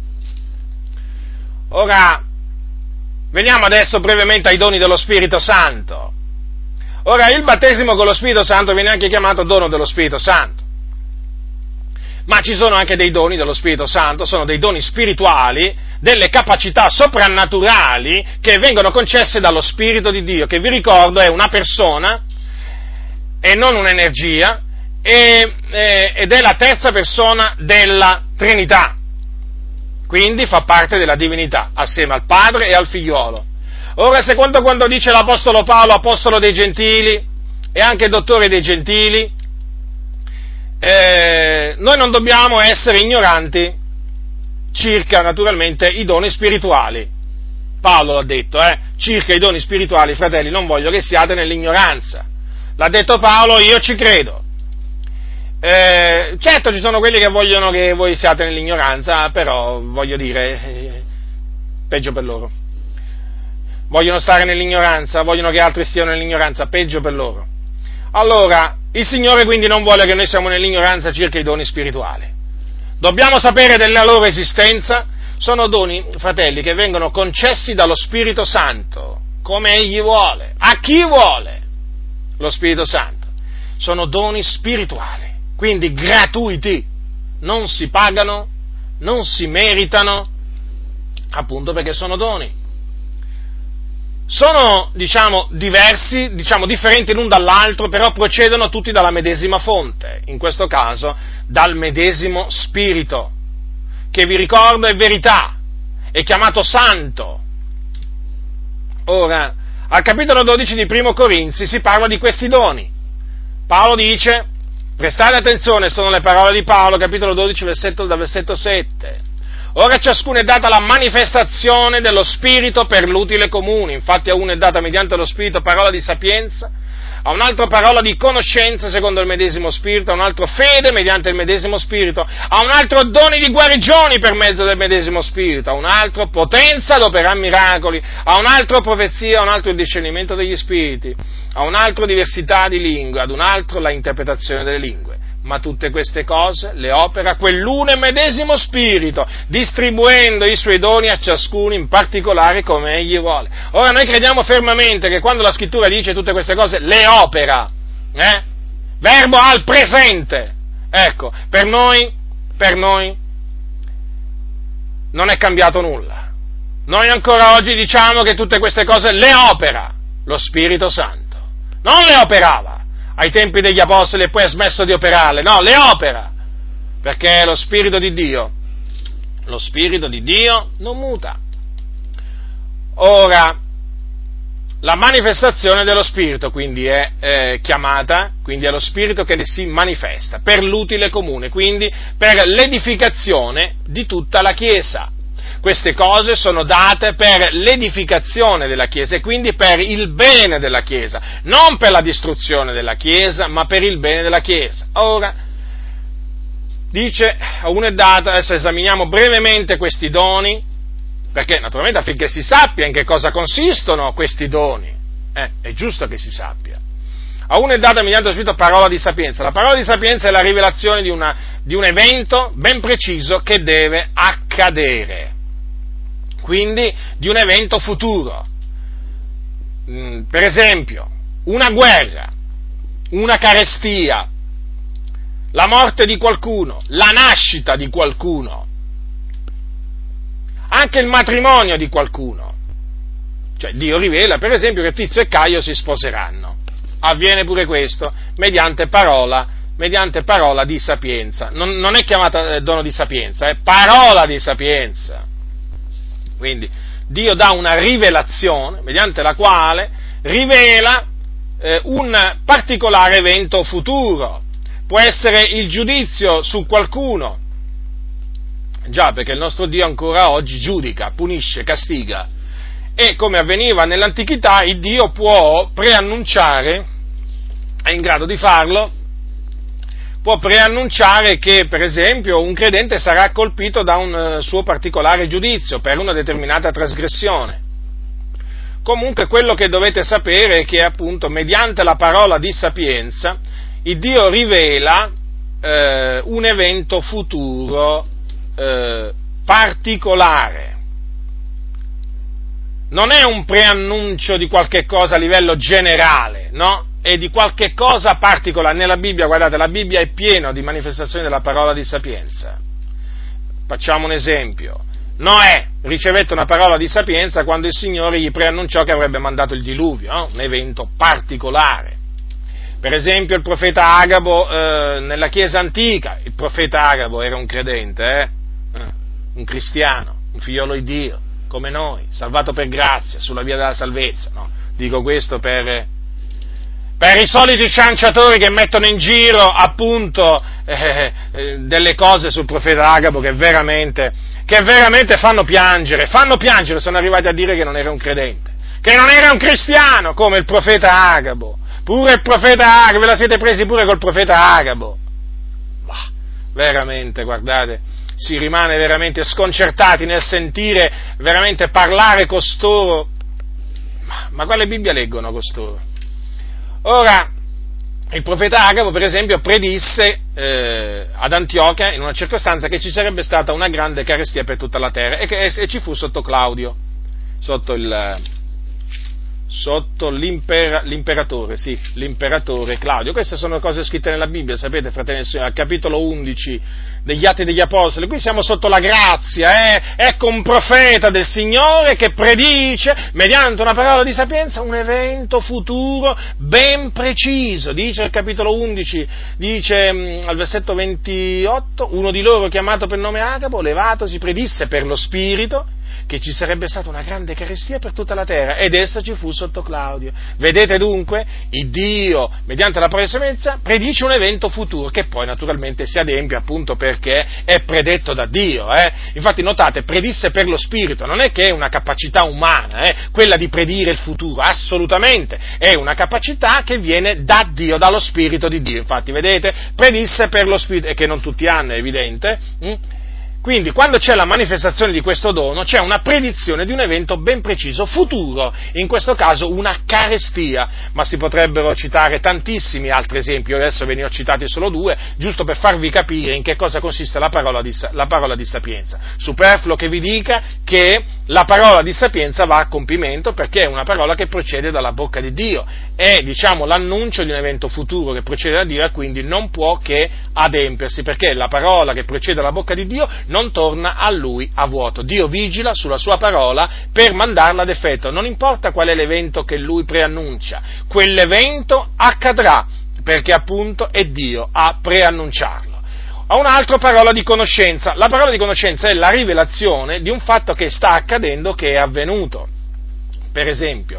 Ora, veniamo adesso brevemente ai doni dello Spirito Santo. Ora, il battesimo con lo Spirito Santo viene anche chiamato dono dello Spirito Santo. Ma ci sono anche dei doni dello Spirito Santo, sono dei doni spirituali, delle capacità soprannaturali che vengono concesse dallo Spirito di Dio, che vi ricordo è una persona e non un'energia, ed è la terza persona della Trinità, quindi fa parte della divinità, assieme al Padre e al Figliolo. Ora, secondo quando dice l'Apostolo Paolo, apostolo dei Gentili e anche dottore dei Gentili, noi non dobbiamo essere ignoranti circa, naturalmente, i doni spirituali. Paolo l'ha detto, circa i doni spirituali, fratelli, non voglio che siate nell'ignoranza. L'ha detto Paolo, io ci credo. Certo ci sono quelli che vogliono che voi siate nell'ignoranza, però voglio dire, peggio per loro. Vogliono stare nell'ignoranza, vogliono che altri stiano nell'ignoranza, peggio per loro. Allora, il Signore quindi non vuole che noi siamo nell'ignoranza circa i doni spirituali. Dobbiamo sapere della loro esistenza. Sono doni, fratelli, che vengono concessi dallo Spirito Santo, come Egli vuole, a chi vuole lo Spirito Santo. Sono doni spirituali. Quindi gratuiti, non si pagano, non si meritano, appunto perché sono doni. Sono, diversi, differenti l'un dall'altro, però procedono tutti dalla medesima fonte, in questo caso dal medesimo Spirito, che vi ricordo è verità, è chiamato Santo. Ora, al capitolo 12 di Primo Corinzi si parla di questi doni. Paolo dice, prestate attenzione, sono le parole di Paolo, capitolo 12, dal versetto 7. Ora a ciascuno è data la manifestazione dello Spirito per l'utile comune, infatti a uno è data mediante lo Spirito parola di sapienza, a un altro parola di conoscenza secondo il medesimo Spirito, a un altro fede mediante il medesimo Spirito, a un altro doni di guarigioni per mezzo del medesimo Spirito, a un altro potenza ad operare miracoli, a un altro profezia, a un altro il discernimento degli spiriti, a un altro diversità di lingue, ad un altro la interpretazione delle lingue. Ma tutte queste cose le opera quell'uno e medesimo Spirito, distribuendo i suoi doni a ciascuno in particolare come egli vuole. Ora noi crediamo fermamente che quando la Scrittura dice tutte queste cose, le opera, verbo al presente, ecco, per noi non è cambiato nulla. Noi ancora oggi diciamo che tutte queste cose le opera lo Spirito Santo, non le operava ai tempi degli Apostoli e poi ha smesso di operarle, no, le opera, perché lo Spirito di Dio non muta. Ora, la manifestazione dello Spirito, quindi è chiamata, quindi è lo Spirito che si manifesta per l'utile comune, quindi per l'edificazione di tutta la Chiesa. Queste cose sono date per l'edificazione della Chiesa e quindi per il bene della Chiesa, non per la distruzione della Chiesa, ma per il bene della Chiesa. Ora, dice, a uno è data, adesso esaminiamo brevemente questi doni, perché naturalmente affinché si sappia in che cosa consistono questi doni, è giusto che si sappia. A uno è data mediante lo Spirito parola di sapienza. La parola di sapienza è la rivelazione di un evento ben preciso che deve accadere, quindi di un evento futuro. Per esempio, una guerra, una carestia, la morte di qualcuno, la nascita di qualcuno, anche il matrimonio di qualcuno. Cioè Dio rivela, per esempio, che Tizio e Caio si sposeranno. Avviene pure questo mediante parola di sapienza. Non è chiamata dono di sapienza, è parola di sapienza. Quindi Dio dà una rivelazione mediante la quale rivela un particolare evento futuro. Può essere il giudizio su qualcuno. Già, perché il nostro Dio ancora oggi giudica, punisce, castiga. E come avveniva nell'antichità, il Dio può preannunciare, è in grado di farlo, può preannunciare che, per esempio, un credente sarà colpito da un suo particolare giudizio per una determinata trasgressione. Comunque quello che dovete sapere è che, appunto, mediante la parola di sapienza, il Dio rivela un evento futuro particolare. Non è un preannuncio di qualche cosa a livello generale, no? È di qualche cosa particolare. Nella Bibbia, guardate, la Bibbia è piena di manifestazioni della parola di sapienza. Facciamo un esempio. Noè ricevette una parola di sapienza quando il Signore gli preannunciò che avrebbe mandato il diluvio, no? Un evento particolare. Per esempio il profeta Agabo nella Chiesa antica, il profeta Agabo era un credente, un cristiano, un figliolo di Dio, come noi, salvato per grazia, sulla via della salvezza, no? Dico questo per i soliti cianciatori che mettono in giro, appunto, delle cose sul profeta Agabo che veramente fanno piangere, sono arrivati a dire che non era un credente, che non era un cristiano, come il profeta Agabo. Pure il profeta Agabo, ve la siete presi pure col profeta Agabo. Bah, veramente, guardate, si rimane veramente sconcertati nel sentire veramente parlare costoro. Ma quale Bibbia leggono costoro? Ora, il profeta Agabo, per esempio, predisse ad Antiochia, in una circostanza, che ci sarebbe stata una grande carestia per tutta la terra e ci fu sotto Claudio, sotto l'imperatore, sì, l'imperatore Claudio. Queste sono cose scritte nella Bibbia, sapete, fratelli del Signore, al capitolo 11 degli Atti degli Apostoli. Qui siamo sotto la grazia, ecco un profeta del Signore che predice, mediante una parola di sapienza, un evento futuro ben preciso. Dice al capitolo 11, dice al versetto 28, uno di loro, chiamato per nome Agabo, levatosi, predisse per lo Spirito che ci sarebbe stata una grande carestia per tutta la terra, ed essa ci fu sotto Claudio. Vedete dunque, il Dio, mediante la parola di sapienza, predice un evento futuro, che poi naturalmente si adempie, appunto perché è predetto da Dio. Infatti notate, predisse per lo Spirito, non è che è una capacità umana, quella di predire il futuro, assolutamente, è una capacità che viene da Dio, dallo Spirito di Dio. Infatti, vedete, predisse per lo Spirito, e che non tutti hanno, è evidente. Quindi, quando c'è la manifestazione di questo dono, c'è una predizione di un evento ben preciso, futuro, in questo caso una carestia, ma si potrebbero citare tantissimi altri esempi. Io adesso ve ne ho citati solo due, giusto per farvi capire in che cosa consiste la parola di sapienza. Superfluo che vi dica che la parola di sapienza va a compimento, perché è una parola che procede dalla bocca di Dio, è, diciamo, l'annuncio di un evento futuro che procede da Dio, e quindi non può che adempiersi, perché la parola che procede dalla bocca di Dio non torna a lui a vuoto. Dio vigila sulla sua parola per mandarla ad effetto, non importa qual è l'evento che lui preannuncia, quell'evento accadrà, perché appunto è Dio a preannunciarlo. A un'altra parola di conoscenza. La parola di conoscenza è la rivelazione di un fatto che sta accadendo, che è avvenuto. Per esempio,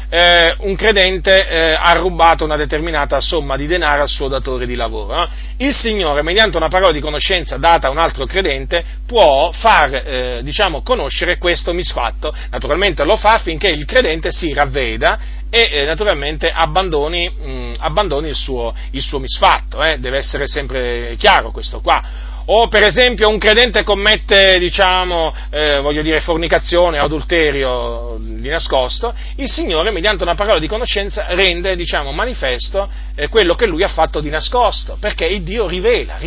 un credente ha rubato una determinata somma di denaro al suo datore di lavoro, no? Il Signore, mediante una parola di conoscenza data a un altro credente, può far, conoscere questo misfatto. Naturalmente lo fa affinché il credente si ravveda e naturalmente abbandoni il suo misfatto, deve essere sempre chiaro questo qua. O per esempio un credente commette, fornicazione o adulterio di nascosto, il Signore mediante una parola di conoscenza rende, manifesto quello che lui ha fatto di nascosto, perché il Dio rivela.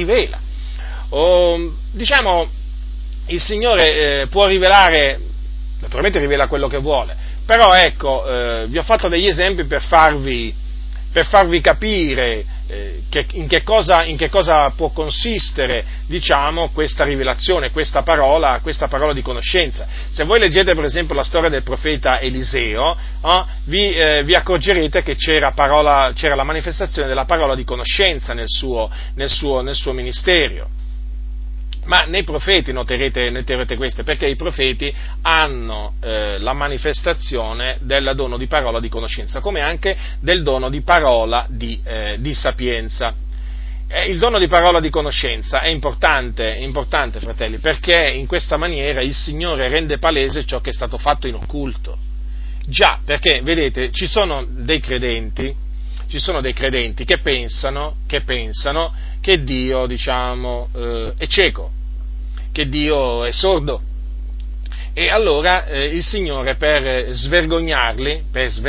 Il Signore può rivelare, naturalmente rivela quello che vuole, però ecco, vi ho fatto degli esempi per farvi capire in che cosa può consistere, questa rivelazione, questa parola di conoscenza. Se voi leggete per esempio la storia del profeta Eliseo, vi accorgerete che c'era la manifestazione della parola di conoscenza nel suo ministero. Ma nei profeti noterete questo, perché i profeti hanno la manifestazione del dono di parola di conoscenza, come anche del dono di parola di sapienza. Il dono di parola di conoscenza è importante, fratelli, perché in questa maniera il Signore rende palese ciò che è stato fatto in occulto. Già, perché, vedete, ci sono dei credenti che pensano che Dio, è cieco, che Dio è sordo. E allora il Signore per svergognarli,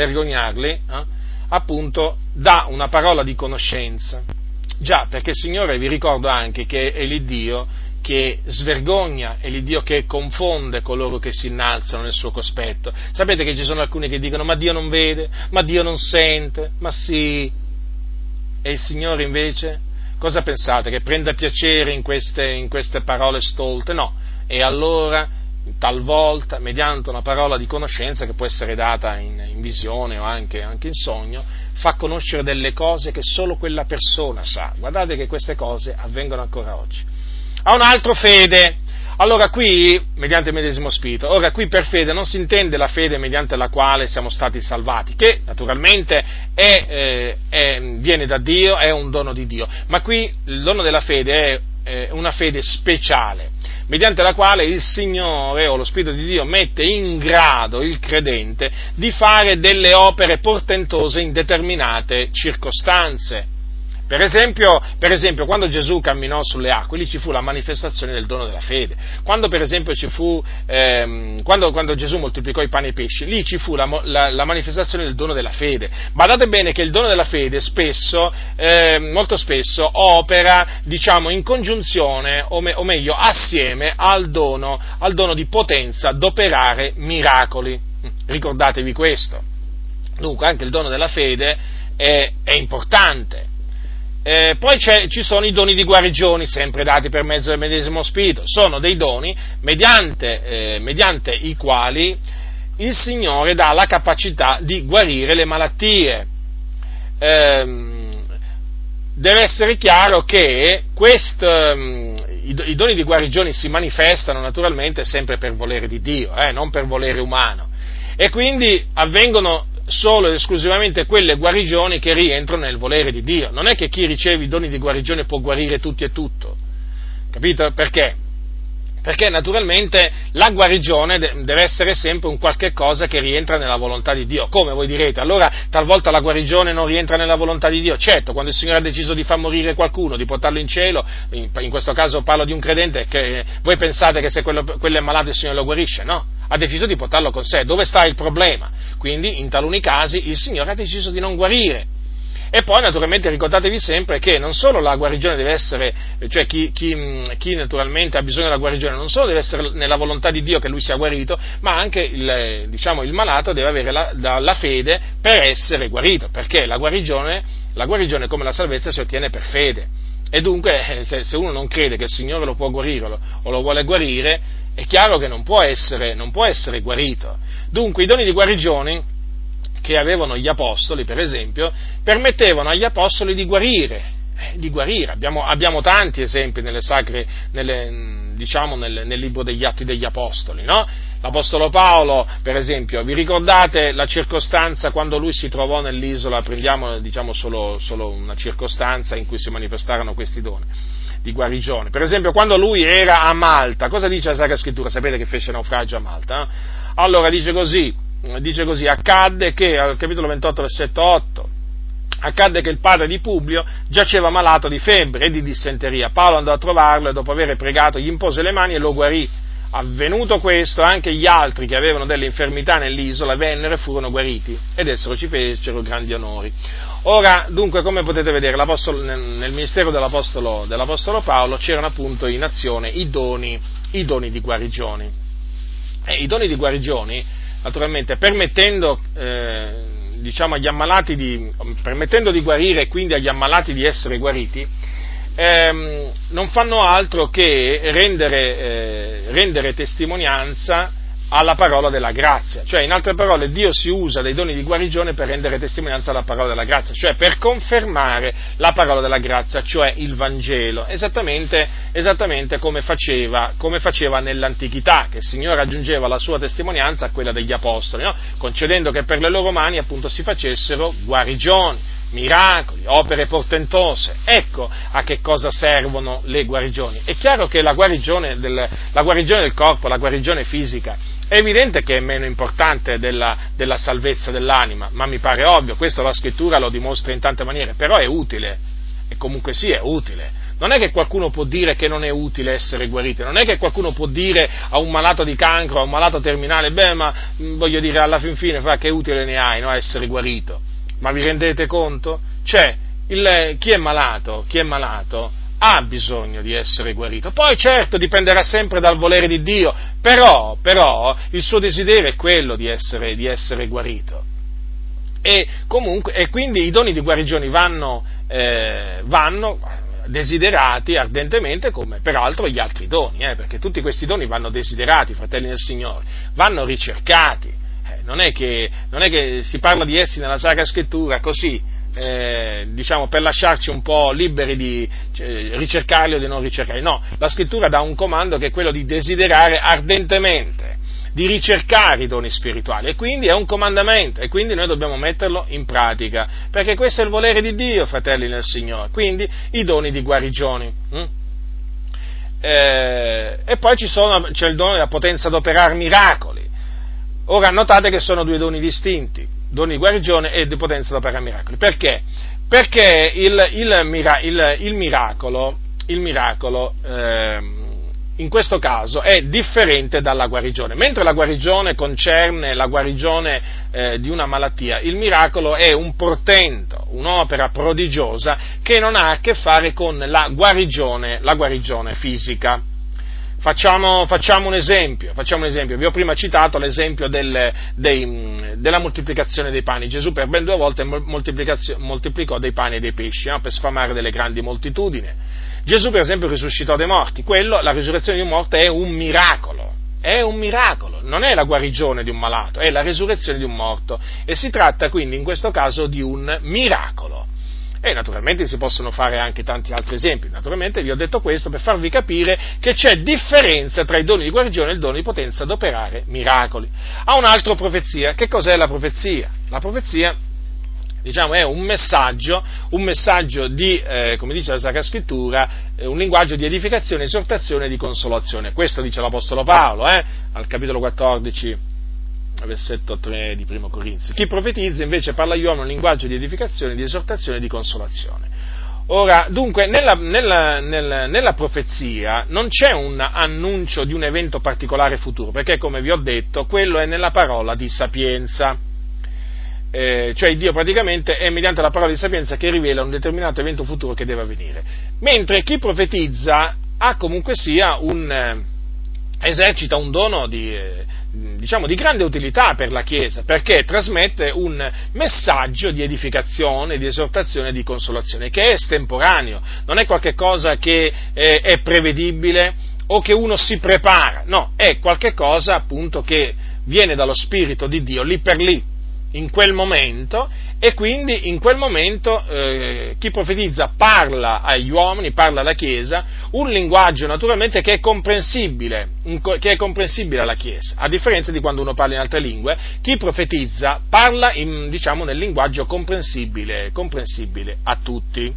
appunto, dà una parola di conoscenza. Già, perché il Signore, vi ricordo anche, che è l'Iddio che svergogna, è l'Iddio che confonde coloro che si innalzano nel suo cospetto. Sapete che ci sono alcuni che dicono: ma Dio non vede, ma Dio non sente, ma sì. E il Signore invece, cosa pensate? Che prenda piacere in queste parole stolte? No. E allora, talvolta, mediante una parola di conoscenza che può essere data in visione o anche in sogno, fa conoscere delle cose che solo quella persona sa. Guardate che queste cose avvengono ancora oggi. A un altro fede. Allora qui, mediante il medesimo Spirito, ora qui per fede non si intende la fede mediante la quale siamo stati salvati, che naturalmente viene da Dio, è un dono di Dio, ma qui il dono della fede è una fede speciale, mediante la quale il Signore o lo Spirito di Dio mette in grado il credente di fare delle opere portentose in determinate circostanze. Per esempio, quando Gesù camminò sulle acque, lì ci fu la manifestazione del dono della fede. Quando per esempio quando Gesù moltiplicò i pani e i pesci, lì ci fu la manifestazione del dono della fede. Badate bene che il dono della fede molto spesso opera, in congiunzione, o meglio, assieme al dono di potenza d'operare miracoli. Ricordatevi questo. Dunque anche il dono della fede è importante. Poi ci sono i doni di guarigioni, sempre dati per mezzo del medesimo Spirito. Sono dei doni mediante i quali il Signore dà la capacità di guarire le malattie. Deve essere chiaro che i doni di guarigioni si manifestano naturalmente sempre per volere di Dio, non per volere umano, e quindi avvengono solo ed esclusivamente quelle guarigioni che rientrano nel volere di Dio. Non è che chi riceve i doni di guarigione può guarire tutti e tutto, capito? Perché? Perché naturalmente la guarigione deve essere sempre un qualche cosa che rientra nella volontà di Dio. Come voi direte? Allora talvolta la guarigione non rientra nella volontà di Dio? Certo, quando il Signore ha deciso di far morire qualcuno, di portarlo in cielo, in questo caso parlo di un credente, che voi pensate che se quello è malato il Signore lo guarisce? No, ha deciso di portarlo con sé. Dove sta il problema? Quindi in taluni casi il Signore ha deciso di non guarire. E poi naturalmente ricordatevi sempre che non solo la guarigione deve essere, cioè chi naturalmente ha bisogno della guarigione non solo deve essere nella volontà di Dio che lui sia guarito, ma anche il malato deve avere la fede per essere guarito, perché la guarigione come la salvezza si ottiene per fede. E dunque se uno non crede che il Signore lo può guarire o lo vuole guarire, è chiaro che non può essere guarito. Dunque i doni di guarigione che avevano gli apostoli, per esempio, permettevano agli apostoli di guarire. Abbiamo tanti esempi nelle diciamo nel libro degli Atti degli Apostoli, no? L'Apostolo Paolo, per esempio, vi ricordate la circostanza quando lui si trovò nell'isola, prendiamo diciamo solo una circostanza in cui si manifestarono questi doni di guarigione. Per esempio, quando lui era a Malta, cosa dice la Sacra Scrittura? Sapete che fece naufragio a Malta, no? Allora dice così, accadde che, al capitolo 28, versetto 8, accadde che il padre di Publio giaceva malato di febbre e di dissenteria. Paolo andò a trovarlo e dopo aver pregato gli impose le mani e lo guarì. Avvenuto questo, anche gli altri che avevano delle infermità nell'isola vennero e furono guariti, ed essero ci fecero grandi onori. Ora, dunque, come potete vedere, nel ministero dell'Apostolo Paolo c'erano appunto in azione i doni di guarigione. I doni di guarigione, naturalmente, permettendo di guarire e quindi agli ammalati di essere guariti, non fanno altro che rendere testimonianza alla parola della grazia, cioè in altre parole Dio si usa dei doni di guarigione per rendere testimonianza alla parola della grazia, cioè per confermare la parola della grazia, cioè il Vangelo, esattamente come faceva nell'antichità, che il Signore aggiungeva la sua testimonianza a quella degli Apostoli, no? Concedendo che per le loro mani appunto si facessero guarigioni, miracoli, opere portentose. Ecco a che cosa servono le guarigioni. È chiaro che la guarigione del corpo, la guarigione fisica, è evidente che è meno importante della salvezza dell'anima, ma mi pare ovvio, questo la Scrittura lo dimostra in tante maniere, però è utile, e comunque sì, è utile. Non è che qualcuno può dire che non è utile essere guarito, non è che qualcuno può dire a un malato di cancro, a un malato terminale, ma voglio dire, alla fin fine, che utile ne hai, no, a essere guarito? Ma vi rendete conto? Cioè, chi è malato ha bisogno di essere guarito. Poi certo dipenderà sempre dal volere di Dio, però il suo desiderio è quello di essere guarito. E quindi i doni di guarigione vanno desiderati ardentemente, come peraltro gli altri doni, perché tutti questi doni vanno desiderati, fratelli del Signore, vanno ricercati. Non è che si parla di essi nella Sacra Scrittura così, per lasciarci un po' liberi di ricercarli o di non ricercarli. No, la Scrittura dà un comando che è quello di desiderare ardentemente, di ricercare i doni spirituali, e quindi è un comandamento, e quindi noi dobbiamo metterlo in pratica, perché questo è il volere di Dio, fratelli nel Signore. Quindi i doni di guarigione. E poi c'è il dono della potenza ad operare miracoli. Ora notate che sono due doni distinti, doni di guarigione e di potenza ad operare miracoli. Perché? Perché il miracolo in questo caso è differente dalla guarigione. Mentre la guarigione concerne la guarigione di una malattia, il miracolo è un portento, un'opera prodigiosa che non ha a che fare con la guarigione fisica. Facciamo un esempio, vi ho prima citato l'esempio della moltiplicazione dei pani. Gesù per ben 2 volte moltiplicò dei pani e dei pesci, per sfamare delle grandi moltitudini. Gesù per esempio risuscitò dei morti, la risurrezione di un morto è un miracolo, non è la guarigione di un malato, è la risurrezione di un morto, e si tratta quindi in questo caso di un miracolo. E naturalmente si possono fare anche tanti altri esempi. Naturalmente vi ho detto questo per farvi capire che c'è differenza tra i doni di guarigione e il dono di potenza ad operare miracoli. Ha un'altra profezia. Che cos'è la profezia? La profezia, è un messaggio di, come dice la Sacra Scrittura, un linguaggio di edificazione, esortazione e di consolazione. Questo dice l'Apostolo Paolo, al capitolo 14, versetto 3 di Primo Corinzi. Chi profetizza invece parla agli uomini un linguaggio di edificazione, di esortazione e di consolazione. Ora, dunque, nella profezia non c'è un annuncio di un evento particolare futuro, perché come vi ho detto, quello è nella parola di sapienza. Cioè Dio praticamente è mediante la parola di sapienza che rivela un determinato evento futuro che deve avvenire. Mentre chi profetizza ha comunque sia esercita un dono di grande utilità per la Chiesa, perché trasmette un messaggio di edificazione, di esortazione e di consolazione, che è estemporaneo, non è qualche cosa che è prevedibile o che uno si prepara, no, è qualche cosa appunto che viene dallo Spirito di Dio lì per lì, in quel momento, e quindi in quel momento chi profetizza parla agli uomini, parla alla Chiesa, un linguaggio naturalmente che è comprensibile alla Chiesa, a differenza di quando uno parla in altre lingue. Chi profetizza parla nel linguaggio comprensibile a tutti.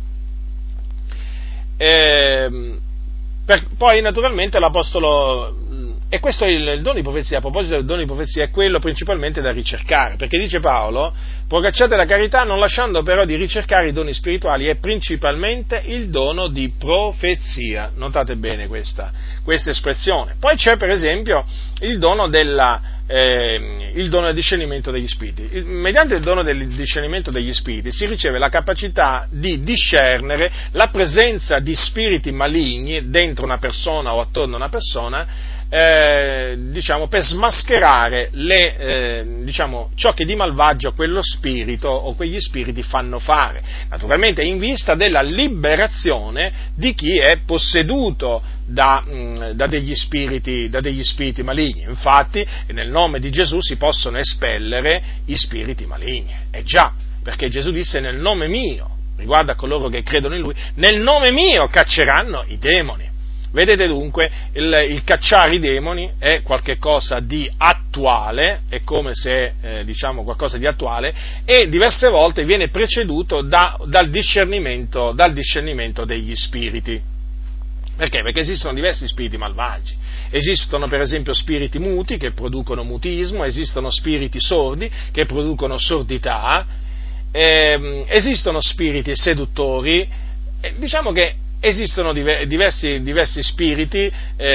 Poi naturalmente l'Apostolo, e questo è il dono di profezia. A proposito del dono di profezia, è quello principalmente da ricercare, perché dice Paolo: procacciate la carità, non lasciando però di ricercare i doni spirituali, e principalmente il dono di profezia. Notate bene questa espressione. Poi c'è per esempio il dono del discernimento degli spiriti. Mediante il dono del discernimento degli spiriti si riceve la capacità di discernere la presenza di spiriti maligni dentro una persona o attorno a una persona, per smascherare ciò che di malvagio quello spirito o quegli spiriti fanno fare, naturalmente in vista della liberazione di chi è posseduto da degli spiriti maligni. Infatti nel nome di Gesù si possono espellere gli spiriti maligni, già, perché Gesù disse: nel nome mio, riguardo a coloro che credono in Lui, nel nome mio cacceranno i demoni. Vedete dunque, il cacciare i demoni è qualcosa di attuale, è come se, qualcosa di attuale, e diverse volte viene preceduto dal discernimento degli spiriti. Perché? Perché esistono diversi spiriti malvagi. Esistono per esempio spiriti muti che producono mutismo, esistono spiriti sordi che producono sordità, esistono spiriti seduttori, che esistono diversi spiriti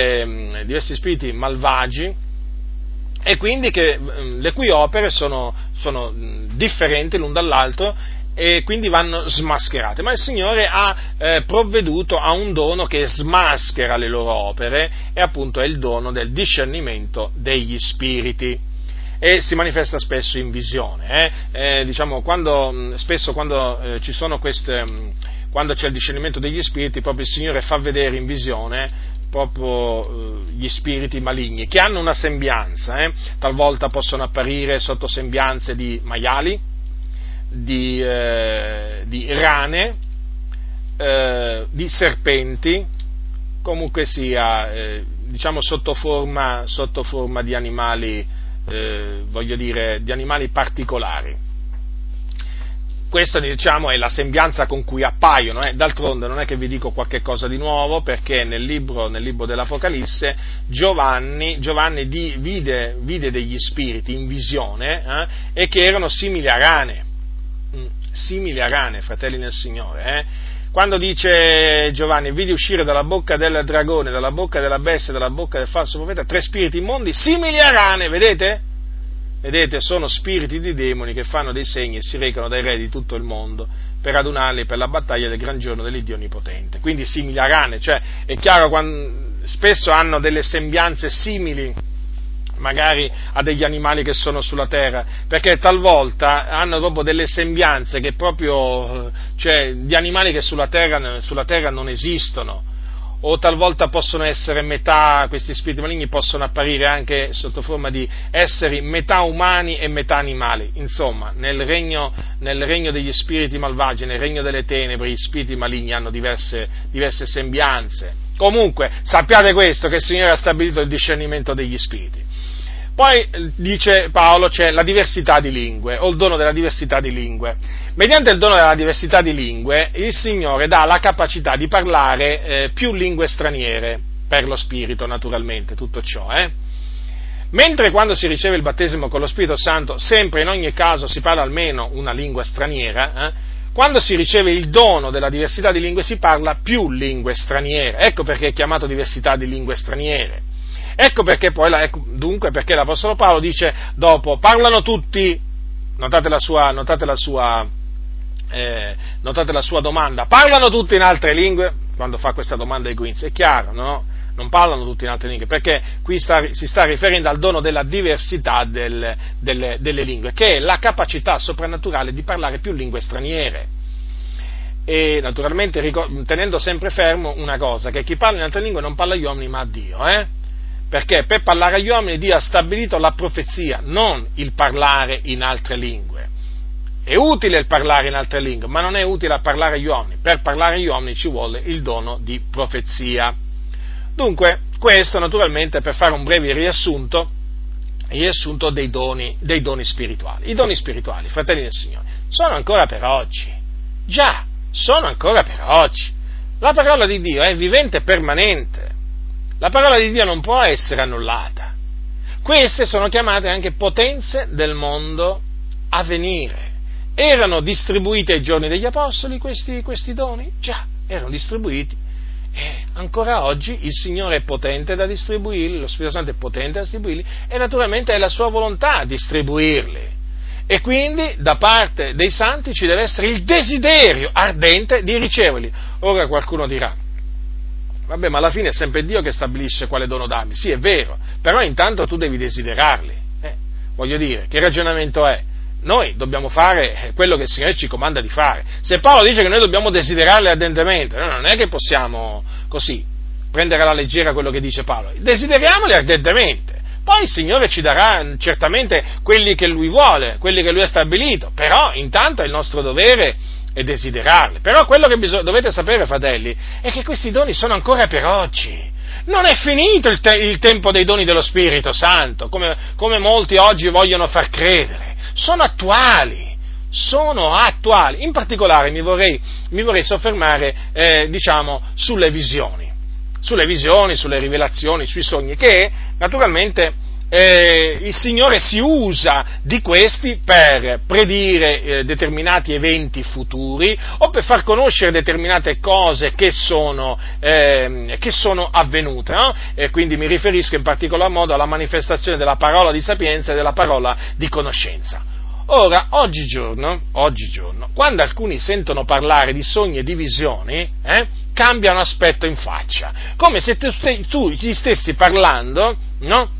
malvagi, e quindi le cui opere sono differenti l'un dall'altro, e quindi vanno smascherate. Ma il Signore ha provveduto a un dono che smaschera le loro opere, e appunto è il dono del discernimento degli spiriti, e si manifesta spesso in visione. Quando ci sono quando c'è il discernimento degli spiriti, proprio il Signore fa vedere in visione proprio gli spiriti maligni, che hanno una sembianza, talvolta possono apparire sotto sembianze di maiali, di rane, di serpenti, comunque sia, sotto forma di animali, di animali particolari. Questa, è la sembianza con cui appaiono. D'altronde non è che vi dico qualche cosa di nuovo, perché nel libro dell'Apocalisse Giovanni vide degli spiriti in visione, e che erano simili a rane, fratelli nel Signore. Quando dice Giovanni: vidi uscire dalla bocca del dragone, dalla bocca della bestia, dalla bocca del falso profeta, 3 spiriti immondi simili a rane, vedete? Sono spiriti di demoni che fanno dei segni e si recano dai re di tutto il mondo per adunarli per la battaglia del gran giorno dell'Iddio Onnipotente. Quindi simili a rane, è chiaro, spesso hanno delle sembianze simili magari a degli animali che sono sulla terra, perché talvolta hanno proprio delle sembianze che proprio, di animali che sulla terra non esistono. O talvolta possono essere questi spiriti maligni possono apparire anche sotto forma di esseri metà umani e metà animali. Insomma, nel regno degli spiriti malvagi, nel regno delle tenebre, gli spiriti maligni hanno diverse sembianze. Comunque, sappiate questo, che il Signore ha stabilito il discernimento degli spiriti. Poi, dice Paolo, c'è la diversità di lingue, o il dono della diversità di lingue. Mediante il dono della diversità di lingue, il Signore dà la capacità di parlare più lingue straniere, per lo Spirito naturalmente, tutto ciò. Mentre quando si riceve il battesimo con lo Spirito Santo, sempre in ogni caso si parla almeno una lingua straniera, quando si riceve il dono della diversità di lingue si parla più lingue straniere. Ecco perché è chiamato diversità di lingue straniere. Ecco perché poi, perché l'Apostolo Paolo dice dopo: parlano tutti, notate la sua domanda, parlano tutti in altre lingue? Quando fa questa domanda ai Corinzi, è chiaro, no? Non parlano tutti in altre lingue, perché qui si sta riferendo al dono della diversità delle lingue, che è la capacità soprannaturale di parlare più lingue straniere. E naturalmente tenendo sempre fermo una cosa, che chi parla in altre lingue non parla agli uomini ma a Dio, Perché per parlare agli uomini Dio ha stabilito la profezia, non il parlare in altre lingue. È utile il parlare in altre lingue, ma non è utile a parlare agli uomini. Per parlare agli uomini ci vuole il dono di profezia. Dunque, questo naturalmente per fare un breve riassunto dei doni spirituali. I doni spirituali, fratelli del Signore, sono ancora per oggi. Già, sono ancora per oggi. La parola di Dio è vivente e permanente. La parola di Dio non può essere annullata. Queste sono chiamate anche potenze del mondo a venire. Erano distribuiti ai giorni degli Apostoli questi doni? Già, erano distribuiti. E ancora oggi il Signore è potente da distribuirli, lo Spirito Santo è potente da distribuirli e naturalmente è la sua volontà distribuirli. E quindi da parte dei santi ci deve essere il desiderio ardente di riceverli. Ora qualcuno dirà, vabbè, ma alla fine è sempre Dio che stabilisce quale dono darmi. Sì, è vero, però intanto tu devi desiderarli. Voglio dire, che ragionamento è? Noi dobbiamo fare quello che il Signore ci comanda di fare. Se Paolo dice che noi dobbiamo desiderarli ardentemente, noi non è che possiamo così prendere alla leggera quello che dice Paolo. Desideriamoli ardentemente. Poi il Signore ci darà certamente quelli che Lui vuole, quelli che Lui ha stabilito, però intanto è il nostro dovere è desiderarli. Però quello che dovete sapere, fratelli, è che questi doni sono ancora per oggi. Non è finito il tempo dei doni dello Spirito Santo, come molti oggi vogliono far credere. Sono attuali. In particolare mi vorrei soffermare, sulle visioni, sulle rivelazioni, sui sogni, che naturalmente il Signore si usa di questi per predire determinati eventi futuri o per far conoscere determinate cose che sono avvenute, no? E quindi mi riferisco in particolar modo alla manifestazione della parola di sapienza e della parola di conoscenza. Ora, oggigiorno, quando alcuni sentono parlare di sogni e di visioni, cambiano aspetto in faccia, come se tu gli stessi parlando, no?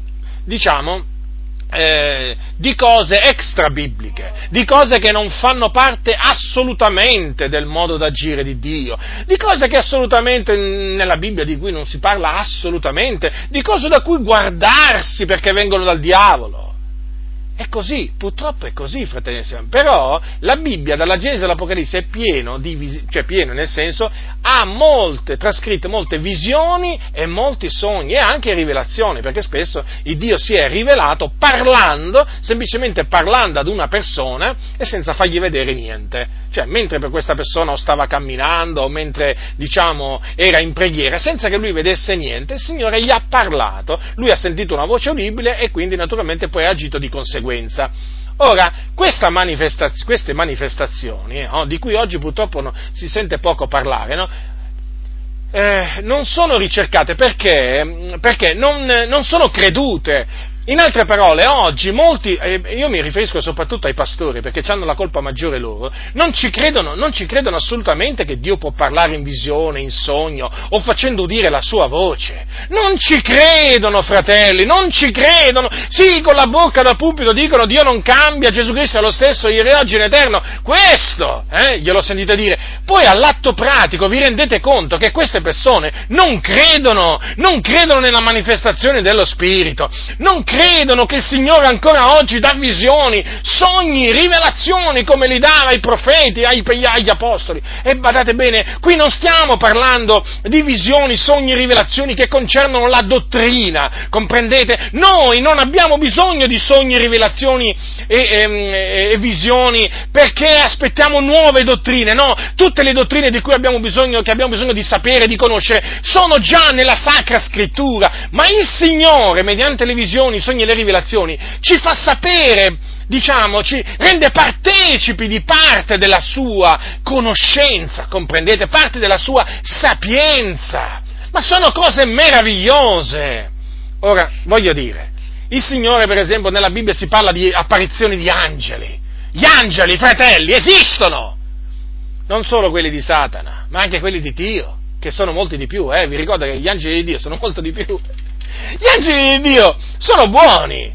Di cose extrabibliche, di cose che non fanno parte assolutamente del modo d'agire di Dio, di cose che assolutamente nella Bibbia di cui non si parla assolutamente, di cose da cui guardarsi perché vengono dal diavolo. È così, purtroppo è così, fratelli e sorelle. Però la Bibbia, dalla Genesi all'Apocalisse, è pieno nel senso, ha trascritte molte visioni e molti sogni e anche rivelazioni, perché spesso il Dio si è rivelato semplicemente parlando ad una persona e senza fargli vedere niente. Cioè, mentre per questa persona o stava camminando o mentre, era in preghiera, senza che lui vedesse niente, il Signore gli ha parlato, lui ha sentito una voce udibile e quindi naturalmente poi ha agito di conseguenza. Ora, queste manifestazioni, di cui oggi purtroppo si sente poco parlare, non sono ricercate perché non sono credute. In altre parole, oggi molti, io mi riferisco soprattutto ai pastori, perché hanno la colpa maggiore loro, non ci credono assolutamente che Dio può parlare in visione, in sogno, o facendo udire la sua voce. Non ci credono, fratelli, non ci credono. Sì, con la bocca da pulpito dicono Dio non cambia, Gesù Cristo è lo stesso ieri, oggi in eterno. Questo, glielo sentite dire. Poi all'atto pratico vi rendete conto che queste persone non credono nella manifestazione dello Spirito, non credono che il Signore ancora oggi dà visioni, sogni, rivelazioni come li dava ai profeti, agli apostoli. E badate bene, qui non stiamo parlando di visioni, sogni, rivelazioni che concernono la dottrina, comprendete? Noi non abbiamo bisogno di sogni, rivelazioni e visioni perché aspettiamo nuove dottrine, no? Tutte le dottrine di cui abbiamo bisogno di sapere, di conoscere, sono già nella Sacra Scrittura, ma il Signore, mediante le visioni, i sogni e le rivelazioni, ci fa sapere, ci rende partecipi di parte della sua conoscenza, comprendete? Parte della sua sapienza. Ma sono cose meravigliose. Ora, voglio dire, il Signore, per esempio, nella Bibbia si parla di apparizioni di angeli. Gli angeli, fratelli, esistono! Non solo quelli di Satana, ma anche quelli di Dio, che sono molti di più, vi ricordo che gli angeli di Dio sono molto di più. Gli angeli di Dio sono buoni,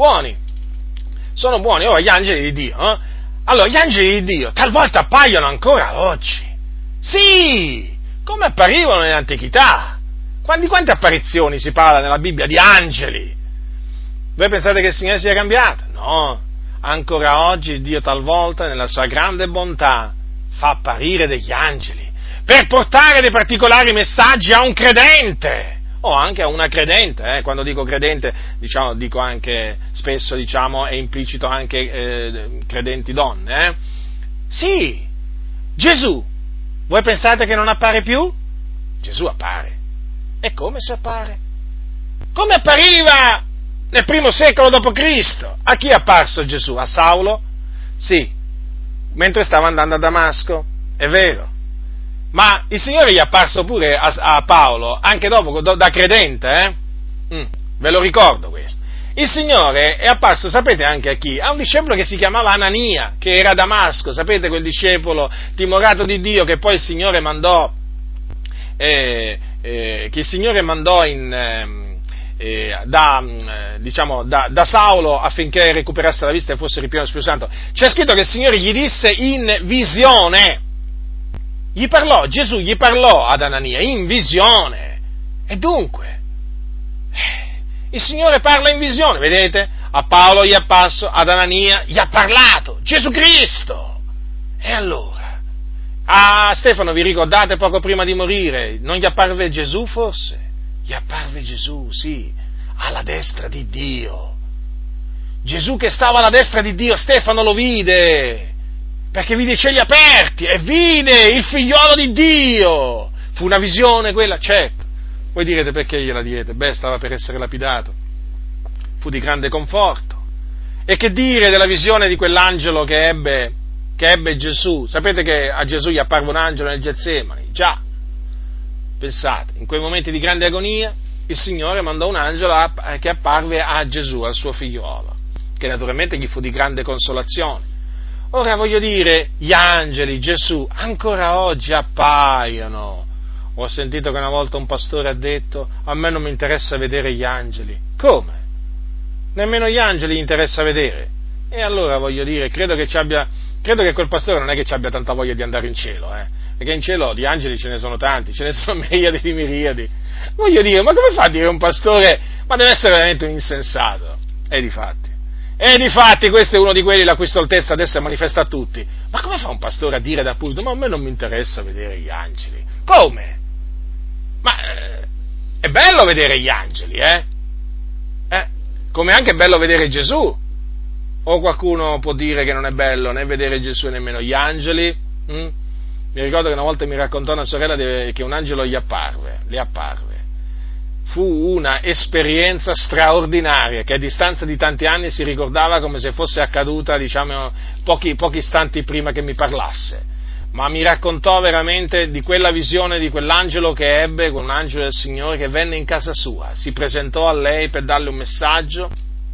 ora gli angeli di Dio, allora gli angeli di Dio talvolta appaiono ancora oggi, sì, come apparivano nell'antichità. Di quante apparizioni si parla nella Bibbia di angeli? Voi pensate che il Signore sia cambiato? No, ancora oggi Dio talvolta, nella sua grande bontà, fa apparire degli angeli per portare dei particolari messaggi a un credente o anche a una credente. Quando dico credente, diciamo, dico anche spesso, diciamo, è implicito anche credenti donne. Sì, Gesù, voi pensate che non appare più? Gesù appare. E come si appare? Come appariva nel primo secolo d.C. A chi è apparso Gesù? A Saulo? Sì, mentre stava andando a Damasco, è vero. Ma il Signore gli è apparso pure a Paolo, anche dopo, da credente, ve lo ricordo questo. Il Signore è apparso, sapete anche a chi? A un discepolo che si chiamava Anania, che era a Damasco, sapete quel discepolo timorato di Dio che poi il Signore mandò, da Saulo affinché recuperasse la vista e fosse ripieno dello Spirito Santo. C'è scritto che il Signore gli disse in visione, Gesù gli parlò ad Anania in visione, e dunque il Signore parla in visione, vedete? A Paolo gli è apparso, ad Anania gli ha parlato Gesù Cristo. E allora, a Stefano, vi ricordate, poco prima di morire, non gli apparve Gesù forse? Gli apparve Gesù, sì, alla destra di Dio. Gesù che stava alla destra di Dio, Stefano lo vide, perché vide i cieli aperti e vide il figliolo di Dio. Fu una visione quella, certo. Voi direte perché gliela diede? Stava per essere lapidato. Fu di grande conforto. E che dire della visione di quell'angelo che ebbe Gesù? Sapete che a Gesù gli apparve un angelo nel Getsemani? Già. Pensate, in quei momenti di grande agonia, il Signore mandò un angelo che apparve a Gesù, al suo figliolo, che naturalmente gli fu di grande consolazione. Ora voglio dire, gli angeli, Gesù, ancora oggi appaiono. Ho sentito che una volta un pastore ha detto: a me non mi interessa vedere gli angeli. Come? Nemmeno gli angeli gli interessa vedere? E allora voglio dire, credo che quel pastore non è che ci abbia tanta voglia di andare in cielo, perché in cielo di angeli ce ne sono tanti, ce ne sono miriadi di miriadi. Voglio dire, ma come fa a dire un pastore, ma deve essere veramente un insensato? E difatti questo è uno di quelli la cui stoltezza adesso è manifesta a tutti. Ma come fa un pastore a dire da pulpito: ma a me non mi interessa vedere gli angeli? Come? Ma è bello vedere gli angeli, come anche è bello vedere Gesù. O qualcuno può dire che non è bello né vedere Gesù e nemmeno gli angeli? Mi ricordo che una volta mi raccontò una sorella che un angelo le apparve. Fu una esperienza straordinaria che a distanza di tanti anni si ricordava come se fosse accaduta, diciamo, pochi istanti prima che mi parlasse. Ma mi raccontò veramente di quella visione di quell'angelo che ebbe, un angelo del Signore che venne in casa sua, si presentò a lei per darle un messaggio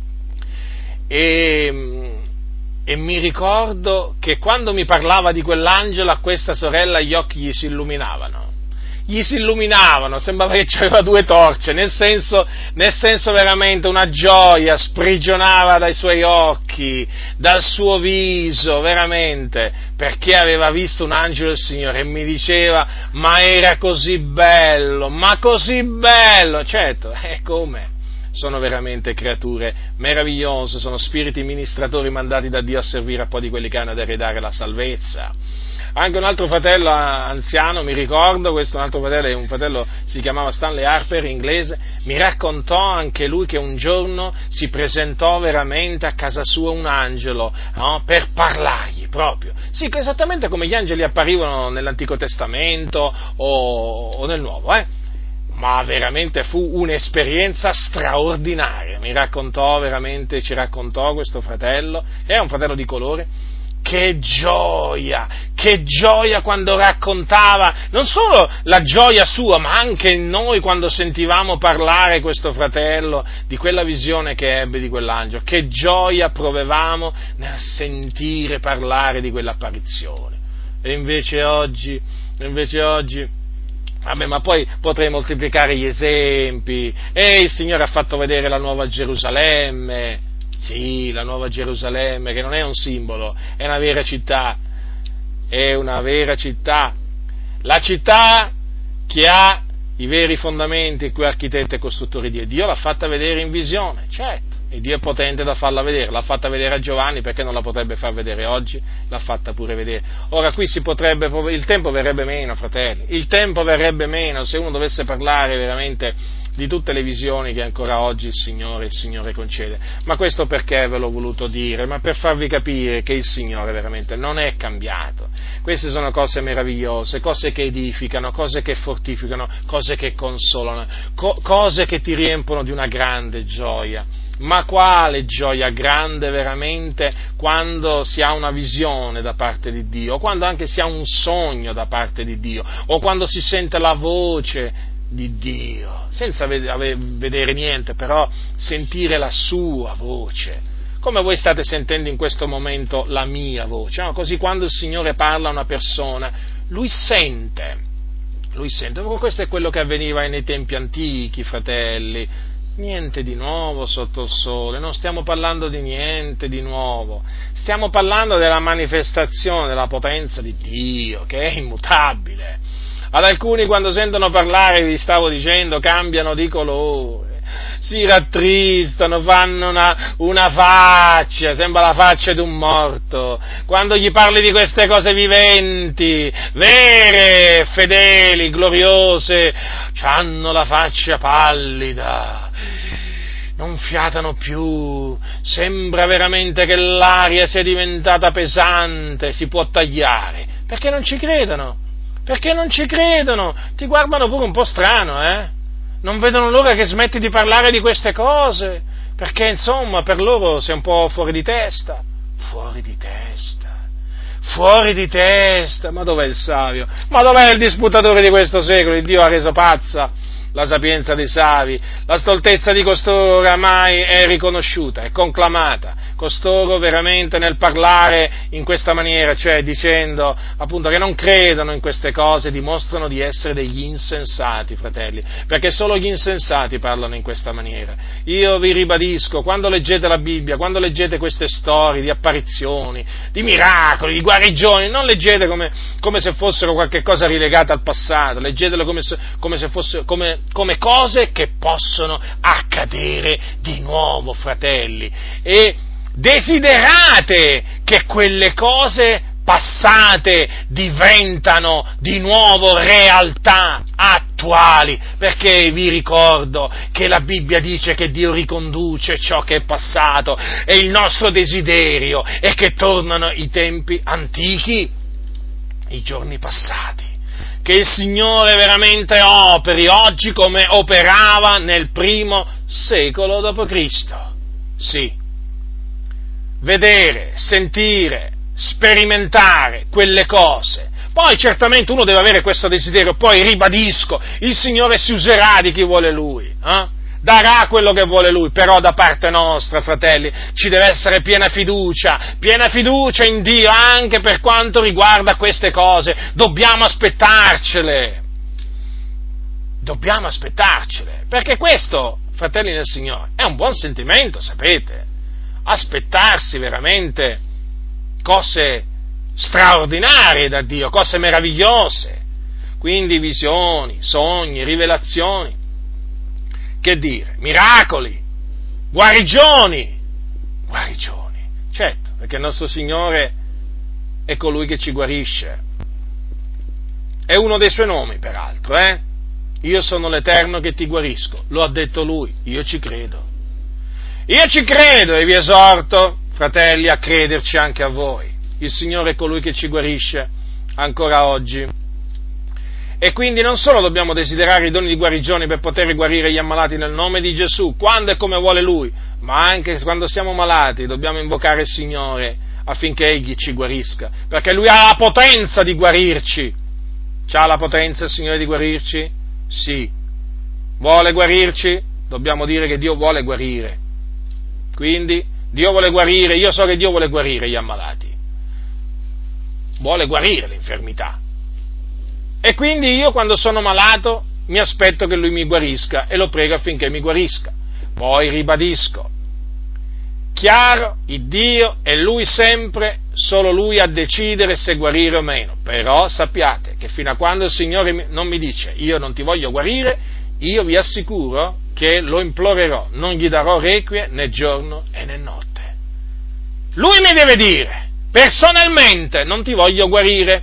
e mi ricordo che quando mi parlava di quell'angelo a questa sorella gli occhi gli si illuminavano, sembrava che aveva due torce, nel senso veramente una gioia sprigionava dai suoi occhi, dal suo viso, veramente, perché aveva visto un angelo del Signore e mi diceva: ma era così bello, certo, come? Sono veramente creature meravigliose, sono spiriti ministratori mandati da Dio a servire a po' di quelli che hanno ad eredare la salvezza. Anche un altro fratello anziano, mi ricordo, questo un altro fratello si chiamava Stanley Harper, inglese, mi raccontò anche lui che un giorno si presentò veramente a casa sua un angelo, no? Per parlargli proprio. Sì, esattamente come gli angeli apparivano nell'Antico Testamento o nel Nuovo, Ma veramente fu un'esperienza straordinaria, ci raccontò questo fratello, era un fratello di colore. Che gioia quando raccontava, non solo la gioia sua, ma anche noi quando sentivamo parlare questo fratello di quella visione che ebbe di quell'angelo, che gioia provavamo nel sentire parlare di quell'apparizione. E invece oggi, vabbè, ma poi potrei moltiplicare gli esempi, e il Signore ha fatto vedere la Nuova Gerusalemme. Sì, la Nuova Gerusalemme, che non è un simbolo, è una vera città, la città che ha i veri fondamenti, il cui architetto e costruttore di Dio l'ha fatta vedere in visione, certo. E Dio è potente da farla vedere, l'ha fatta vedere a Giovanni, perché non la potrebbe far vedere oggi? L'ha fatta pure vedere. Ora qui il tempo verrebbe meno, fratelli, il tempo verrebbe meno se uno dovesse parlare veramente di tutte le visioni che ancora oggi il Signore concede. Ma questo perché ve l'ho voluto dire? Ma per farvi capire che il Signore veramente non è cambiato. Queste sono cose meravigliose, cose che edificano, cose che fortificano, cose che consolano, cose che ti riempiono di una grande gioia. Ma quale gioia grande veramente quando si ha una visione da parte di Dio, o quando anche si ha un sogno da parte di Dio, o quando si sente la voce di Dio, senza vedere niente, però sentire la sua voce, come voi state sentendo in questo momento la mia voce, no? Così quando il Signore parla a una persona, Lui sente, questo è quello che avveniva nei tempi antichi, fratelli. Niente di nuovo sotto il sole, non stiamo parlando di niente di nuovo, stiamo parlando della manifestazione della potenza di Dio, che è immutabile. Ad alcuni, quando sentono parlare, vi stavo dicendo, cambiano di colore, si rattristano, fanno una faccia, sembra la faccia di un morto. Quando gli parli di queste cose viventi, vere, fedeli, gloriose, hanno la faccia pallida, non fiatano più, sembra veramente che l'aria sia diventata pesante, si può tagliare, perché non ci credono, ti guardano pure un po' strano, non vedono l'ora che smetti di parlare di queste cose, perché insomma per loro sei un po' fuori di testa, ma dov'è il savio? Ma dov'è il disputatore di questo secolo? Il Dio ha reso pazza la sapienza dei savi, la stoltezza di costoro oramai è riconosciuta, è conclamata, costoro veramente nel parlare in questa maniera, cioè dicendo appunto che non credono in queste cose, dimostrano di essere degli insensati, fratelli, perché solo gli insensati parlano in questa maniera. Io vi ribadisco, quando leggete la Bibbia, quando leggete queste storie di apparizioni, di miracoli, di guarigioni, non leggete come se fossero qualche cosa rilegata al passato, leggetelo come cose che possono accadere di nuovo, fratelli, e desiderate che quelle cose passate diventano di nuovo realtà attuali, perché vi ricordo che la Bibbia dice che Dio riconduce ciò che è passato, e il nostro desiderio è che tornano i tempi antichi, i giorni passati, che il Signore veramente operi oggi come operava nel primo secolo d.C. Sì, vedere, sentire, sperimentare quelle cose. Poi certamente uno deve avere questo desiderio, poi ribadisco, il Signore si userà di chi vuole Lui, darà quello che vuole Lui, però da parte nostra, fratelli, ci deve essere piena fiducia in Dio anche per quanto riguarda queste cose. Dobbiamo aspettarcele, perché questo, fratelli nel Signore, è un buon sentimento, sapete, aspettarsi veramente cose straordinarie da Dio, cose meravigliose, quindi visioni, sogni, rivelazioni, che dire, miracoli, guarigioni, certo, perché il nostro Signore è colui che ci guarisce, è uno dei suoi nomi peraltro, Io sono l'Eterno che ti guarisco, lo ha detto Lui, io ci credo e vi esorto, fratelli, a crederci anche a voi. Il Signore è colui che ci guarisce ancora oggi. E quindi non solo dobbiamo desiderare i doni di guarigione per poter guarire gli ammalati nel nome di Gesù, quando e come vuole Lui, ma anche quando siamo malati dobbiamo invocare il Signore affinché Egli ci guarisca, perché Lui ha la potenza di guarirci. C'ha la potenza il Signore di guarirci? Sì. Vuole guarirci? Dobbiamo dire che Dio vuole guarire. Quindi Dio vuole guarire, io so che Dio vuole guarire gli ammalati, vuole guarire l'infermità. E quindi io quando sono malato mi aspetto che Lui mi guarisca e lo prego affinché mi guarisca. Poi ribadisco, chiaro, il Dio è Lui sempre, solo Lui a decidere se guarire o meno, però sappiate che fino a quando il Signore non mi dice io non ti voglio guarire, io vi assicuro che lo implorerò, non gli darò requie né giorno e né notte. Lui mi deve dire, personalmente, non ti voglio guarire.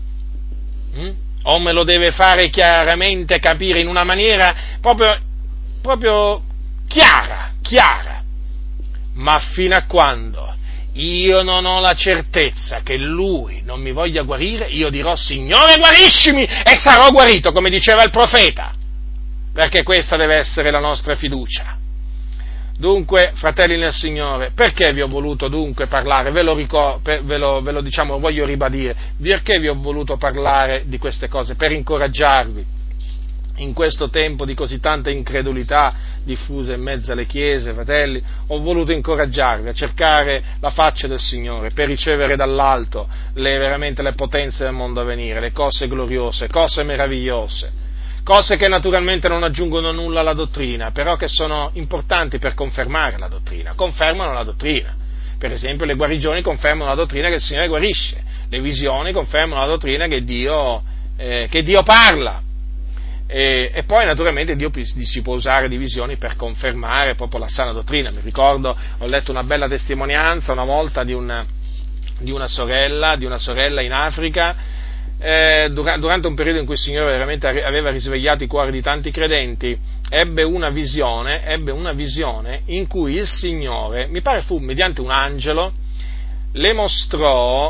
O me lo deve fare chiaramente capire in una maniera proprio chiara. Ma fino a quando io non ho la certezza che lui non mi voglia guarire, io dirò, Signore, guariscimi, e sarò guarito, come diceva il profeta, perché questa deve essere la nostra fiducia. Dunque, fratelli nel Signore, perché vi ho voluto dunque parlare? Ve lo diciamo, voglio ribadire, perché vi ho voluto parlare di queste cose? Per incoraggiarvi in questo tempo di così tanta incredulità diffusa in mezzo alle chiese, fratelli. Ho voluto incoraggiarvi a cercare la faccia del Signore per ricevere dall'alto veramente le potenze del mondo a venire, le cose gloriose, cose meravigliose. Cose che naturalmente non aggiungono nulla alla dottrina, però che sono importanti per confermare la dottrina, confermano la dottrina. Per esempio le guarigioni confermano la dottrina che il Signore guarisce, le visioni confermano la dottrina che Dio parla. E poi naturalmente Dio si può usare di visioni per confermare proprio la sana dottrina. Mi ricordo, ho letto una bella testimonianza una volta di una sorella in Africa. Durante un periodo in cui il Signore veramente aveva risvegliato i cuori di tanti credenti, ebbe una visione in cui il Signore, mi pare fu mediante un angelo, le mostrò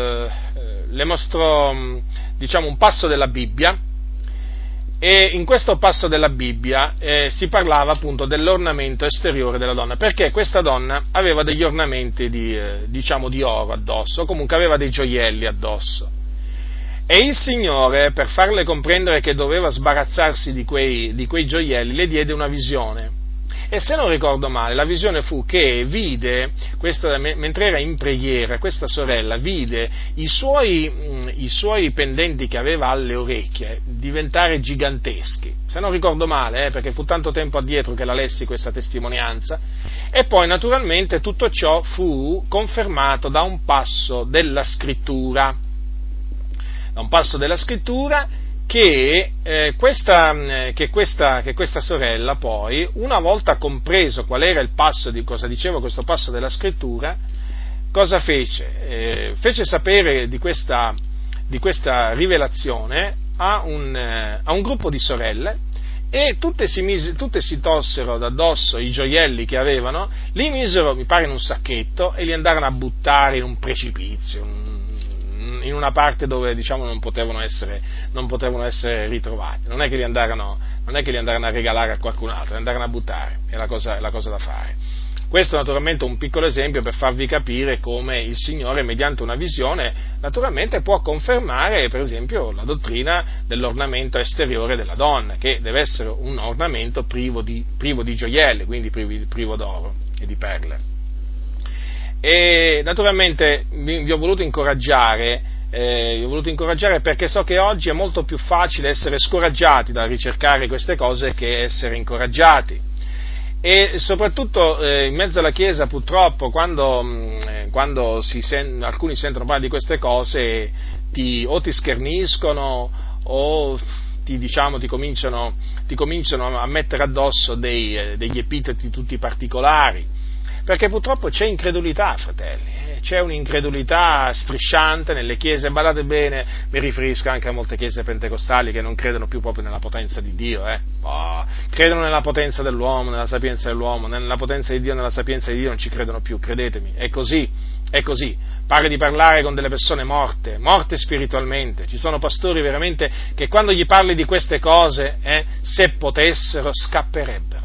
diciamo un passo della Bibbia, e in questo passo della Bibbia si parlava appunto dell'ornamento esteriore della donna, perché questa donna aveva degli ornamenti di oro addosso, comunque aveva dei gioielli addosso. E il Signore, per farle comprendere che doveva sbarazzarsi di quei gioielli, le diede una visione. E se non ricordo male, la visione fu che vide, mentre era in preghiera, questa sorella vide i suoi pendenti che aveva alle orecchie diventare giganteschi. Se non ricordo male, perché fu tanto tempo addietro che la lessi questa testimonianza. E poi naturalmente tutto ciò fu confermato da un passo della Scrittura. Che questa sorella poi, una volta compreso qual era il passo di cosa diceva questo passo della Scrittura, cosa fece? Fece sapere di questa rivelazione a un gruppo di sorelle, e tutte si tolsero d'addosso i gioielli che avevano, li misero, mi pare, in un sacchetto e li andarono a buttare in un precipizio, in una parte dove non potevano essere ritrovati. Non è che li andarono a regalare a qualcun altro, li andarono a buttare, è la cosa da fare. Questo naturalmente è un piccolo esempio per farvi capire come il Signore, mediante una visione, naturalmente può confermare, per esempio, la dottrina dell'ornamento esteriore della donna, che deve essere un ornamento privo di gioielli, quindi privo d'oro e di perle. E naturalmente vi ho voluto incoraggiare perché so che oggi è molto più facile essere scoraggiati dal ricercare queste cose che essere incoraggiati, e soprattutto in mezzo alla Chiesa, purtroppo, quando alcuni sentono parlare di queste cose, o ti scherniscono o ti cominciano a mettere addosso degli epiteti tutti particolari. Perché purtroppo c'è incredulità, fratelli, c'è un'incredulità strisciante nelle chiese. Badate bene, mi riferisco anche a molte chiese pentecostali che non credono più proprio nella potenza di Dio, credono nella potenza dell'uomo, nella sapienza dell'uomo, nella potenza di Dio, nella sapienza di Dio non ci credono più, credetemi, è così. Pare di parlare con delle persone morte spiritualmente. Ci sono pastori veramente che quando gli parli di queste cose, se potessero, scapperebbero.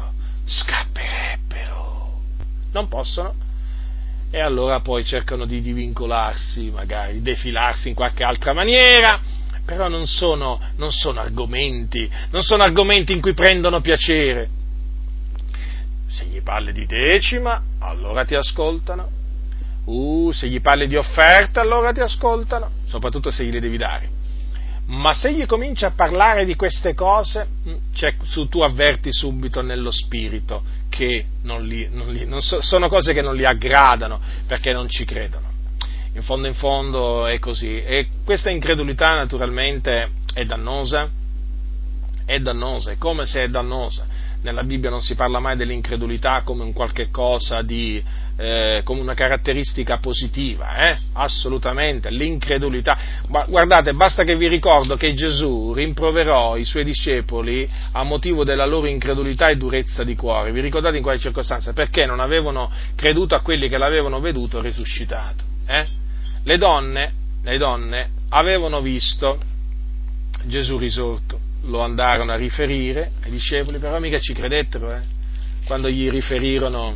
Non possono, e allora poi cercano di divincolarsi, magari defilarsi in qualche altra maniera, però non sono argomenti in cui prendono piacere. Se gli parli di decima, allora ti ascoltano, se gli parli di offerta, allora ti ascoltano, soprattutto se glieli devi dare. Ma se gli cominci a parlare di queste cose, tu avverti subito nello spirito che sono cose che non li aggradano, perché non ci credono. In fondo è così, e questa incredulità naturalmente è dannosa, è dannosa, è come se è dannosa. Nella Bibbia non si parla mai dell'incredulità come un qualche cosa di, come una caratteristica positiva, assolutamente, l'incredulità. Ma guardate, basta che vi ricordo che Gesù rimproverò i suoi discepoli a motivo della loro incredulità e durezza di cuore. Vi ricordate in quale circostanza? Perché non avevano creduto a quelli che l'avevano veduto risuscitato. Le donne avevano visto Gesù risorto, lo andarono a riferire ai discepoli, però mica ci credettero, quando gli riferirono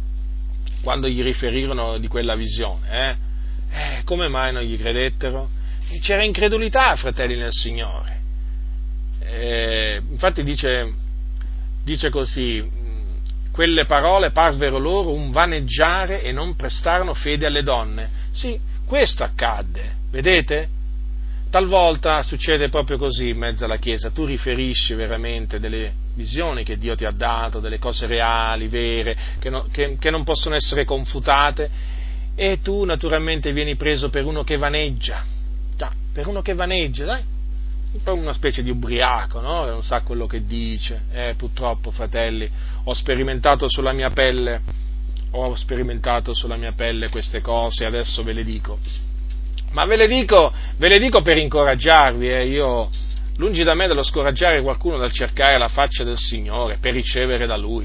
di quella visione, come mai non gli credettero? C'era incredulità, fratelli nel Signore. Infatti dice così: quelle parole parvero loro un vaneggiare e non prestarono fede alle donne. Sì, questo accadde, vedete? Talvolta succede proprio così in mezzo alla Chiesa, tu riferisci veramente delle visioni che Dio ti ha dato, delle cose reali, vere, che non possono essere confutate, e tu naturalmente vieni preso per uno che vaneggia, per uno che vaneggia, dai, un po' una specie di ubriaco, no? Che non sa quello che dice. Purtroppo, fratelli, ho sperimentato sulla mia pelle queste cose, e adesso ve le dico. Ma ve le dico per incoraggiarvi, io, lungi da me dello scoraggiare qualcuno dal cercare la faccia del Signore, per ricevere da Lui.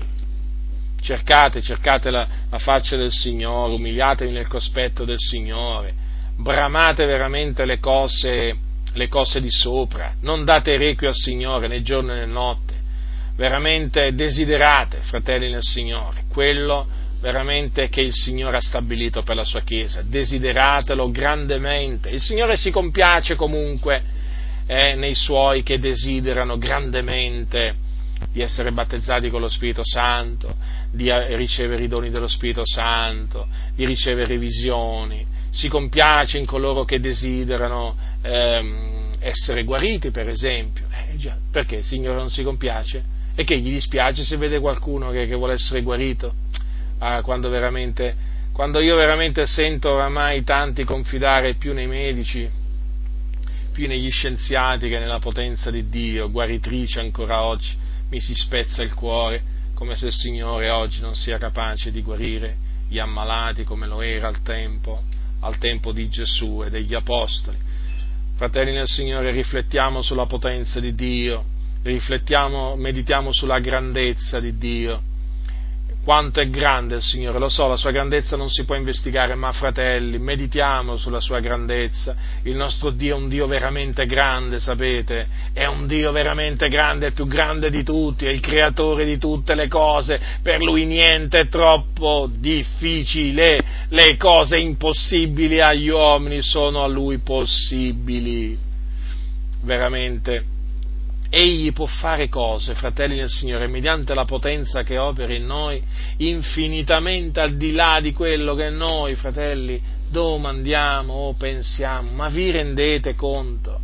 Cercate la faccia del Signore, umiliatevi nel cospetto del Signore, bramate veramente le cose di sopra, non date requie al Signore né giorno né notte, veramente desiderate, fratelli nel Signore, quello veramente che il Signore ha stabilito per la sua Chiesa, desideratelo grandemente. Il Signore si compiace comunque nei Suoi che desiderano grandemente di essere battezzati con lo Spirito Santo, di ricevere i doni dello Spirito Santo, di ricevere visioni. Si compiace in coloro che desiderano essere guariti, per esempio. Perché il Signore non si compiace? E che gli dispiace se vede qualcuno che vuole essere guarito? Quando io veramente sento oramai tanti confidare più nei medici, più negli scienziati che nella potenza di Dio, guaritrice ancora oggi, mi si spezza il cuore, come se il Signore oggi non sia capace di guarire gli ammalati come lo era al tempo di Gesù e degli Apostoli. Fratelli nel Signore, riflettiamo sulla potenza di Dio, meditiamo sulla grandezza di Dio. Quanto è grande il Signore, lo so, la sua grandezza non si può investigare, ma fratelli, meditiamo sulla sua grandezza. Il nostro Dio è un Dio veramente grande, sapete? È un Dio veramente grande, è il più grande di tutti, è il creatore di tutte le cose, per Lui niente è troppo difficile, le cose impossibili agli uomini sono a Lui possibili, veramente. Egli può fare cose, fratelli del Signore, mediante la potenza che opera in noi, infinitamente al di là di quello che noi, fratelli, domandiamo o pensiamo. Ma vi rendete conto?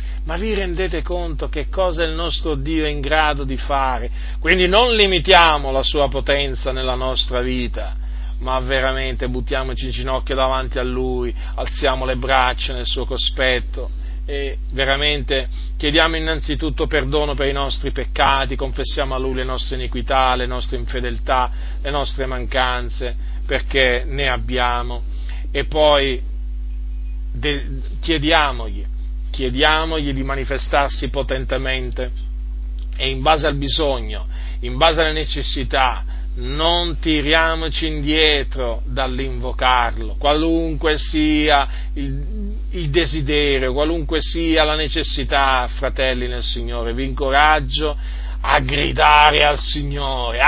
Che cosa il nostro Dio è in grado di fare? Quindi non limitiamo la sua potenza nella nostra vita, ma veramente buttiamoci in ginocchio davanti a Lui, alziamo le braccia nel suo cospetto e veramente chiediamo innanzitutto perdono per i nostri peccati, confessiamo a Lui le nostre iniquità, le nostre infedeltà, le nostre mancanze, perché ne abbiamo, e poi chiediamogli di manifestarsi potentemente, e in base al bisogno, in base alle necessità, non tiriamoci indietro dall'invocarlo, qualunque sia il desiderio, qualunque sia la necessità, fratelli nel Signore, vi incoraggio a gridare al Signore,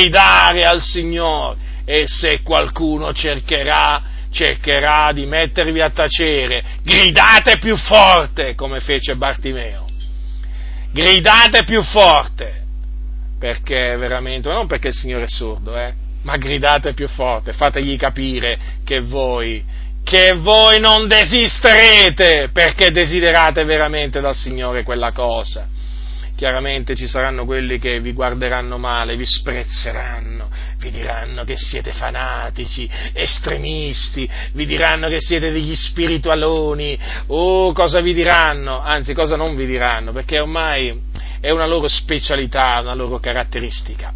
e se qualcuno cercherà di mettervi a tacere, gridate più forte, come fece Bartimeo, gridate più forte, perché veramente, non perché il Signore è sordo, ma gridate più forte, fategli capire che voi non desisterete, perché desiderate veramente dal Signore quella cosa. Chiaramente ci saranno quelli che vi guarderanno male, vi sprezzeranno, vi diranno che siete fanatici, estremisti, vi diranno che siete degli spiritualoni, cosa vi diranno? Anzi, cosa non vi diranno, perché ormai è una loro specialità, una loro caratteristica,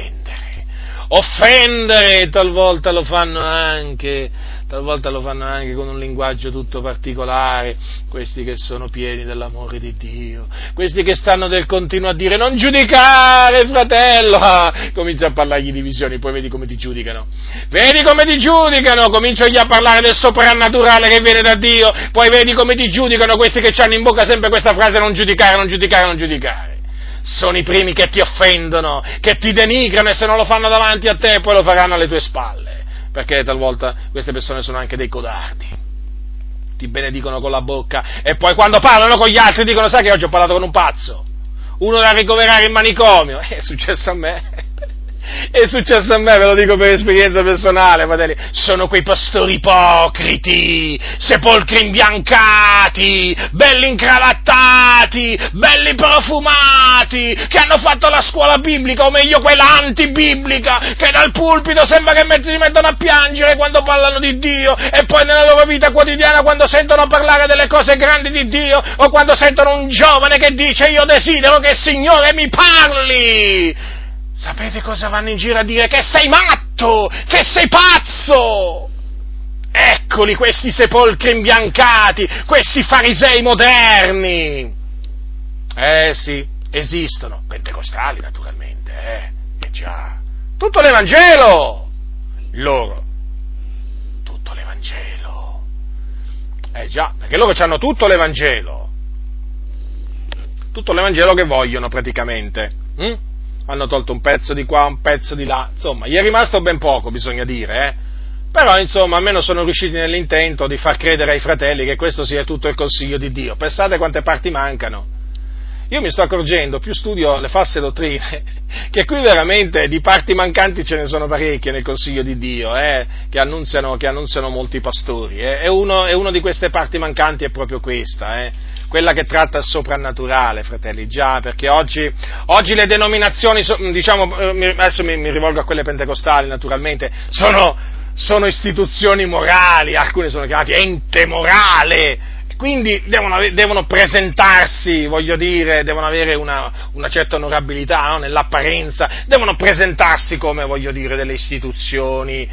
offendere, talvolta lo fanno anche con un linguaggio tutto particolare, questi che sono pieni dell'amore di Dio, questi che stanno del continuo a dire non giudicare, fratello, comincia a parlargli di divisioni, poi vedi come ti giudicano, cominciagli a parlare del soprannaturale che viene da Dio, poi vedi come ti giudicano questi che hanno in bocca sempre questa frase non giudicare. Sono i primi che ti offendono, che ti denigrano, e se non lo fanno davanti a te poi lo faranno alle tue spalle, perché talvolta queste persone sono anche dei codardi, ti benedicono con la bocca e poi quando parlano con gli altri dicono sai che oggi ho parlato con un pazzo, uno da ricoverare in manicomio, è successo a me, ve lo dico per esperienza personale, fratelli, sono quei pastori ipocriti, sepolcri imbiancati, belli incravattati, belli profumati, che hanno fatto la scuola biblica, o meglio quella antibiblica, che dal pulpito sembra che si mettono a piangere quando parlano di Dio, e poi nella loro vita quotidiana quando sentono parlare delle cose grandi di Dio, o quando sentono un giovane che dice io desidero che il Signore mi parli, sapete cosa vanno in giro a dire? Che sei matto, che sei pazzo! Eccoli questi sepolcri imbiancati, questi farisei moderni! Sì, esistono, pentecostali naturalmente, già. Tutto l'Evangelo! Loro, tutto l'Evangelo. Già, perché loro hanno tutto l'Evangelo che vogliono praticamente, Hanno tolto un pezzo di qua, un pezzo di là, insomma, gli è rimasto ben poco, bisogna dire, Però, insomma, almeno sono riusciti nell'intento di far credere ai fratelli che questo sia tutto il consiglio di Dio. Pensate quante parti mancano. Io mi sto accorgendo, più studio le false dottrine, che qui veramente di parti mancanti ce ne sono parecchie nel consiglio di Dio, che annunziano molti pastori, E uno di queste parti mancanti è proprio questa, quella che tratta il soprannaturale, fratelli, già, perché oggi le denominazioni, adesso mi rivolgo a quelle pentecostali naturalmente, sono istituzioni morali, alcune sono chiamate ente morale, quindi devono presentarsi, voglio dire, devono avere una certa onorabilità, no? Nell'apparenza, devono presentarsi come, voglio dire, delle istituzioni,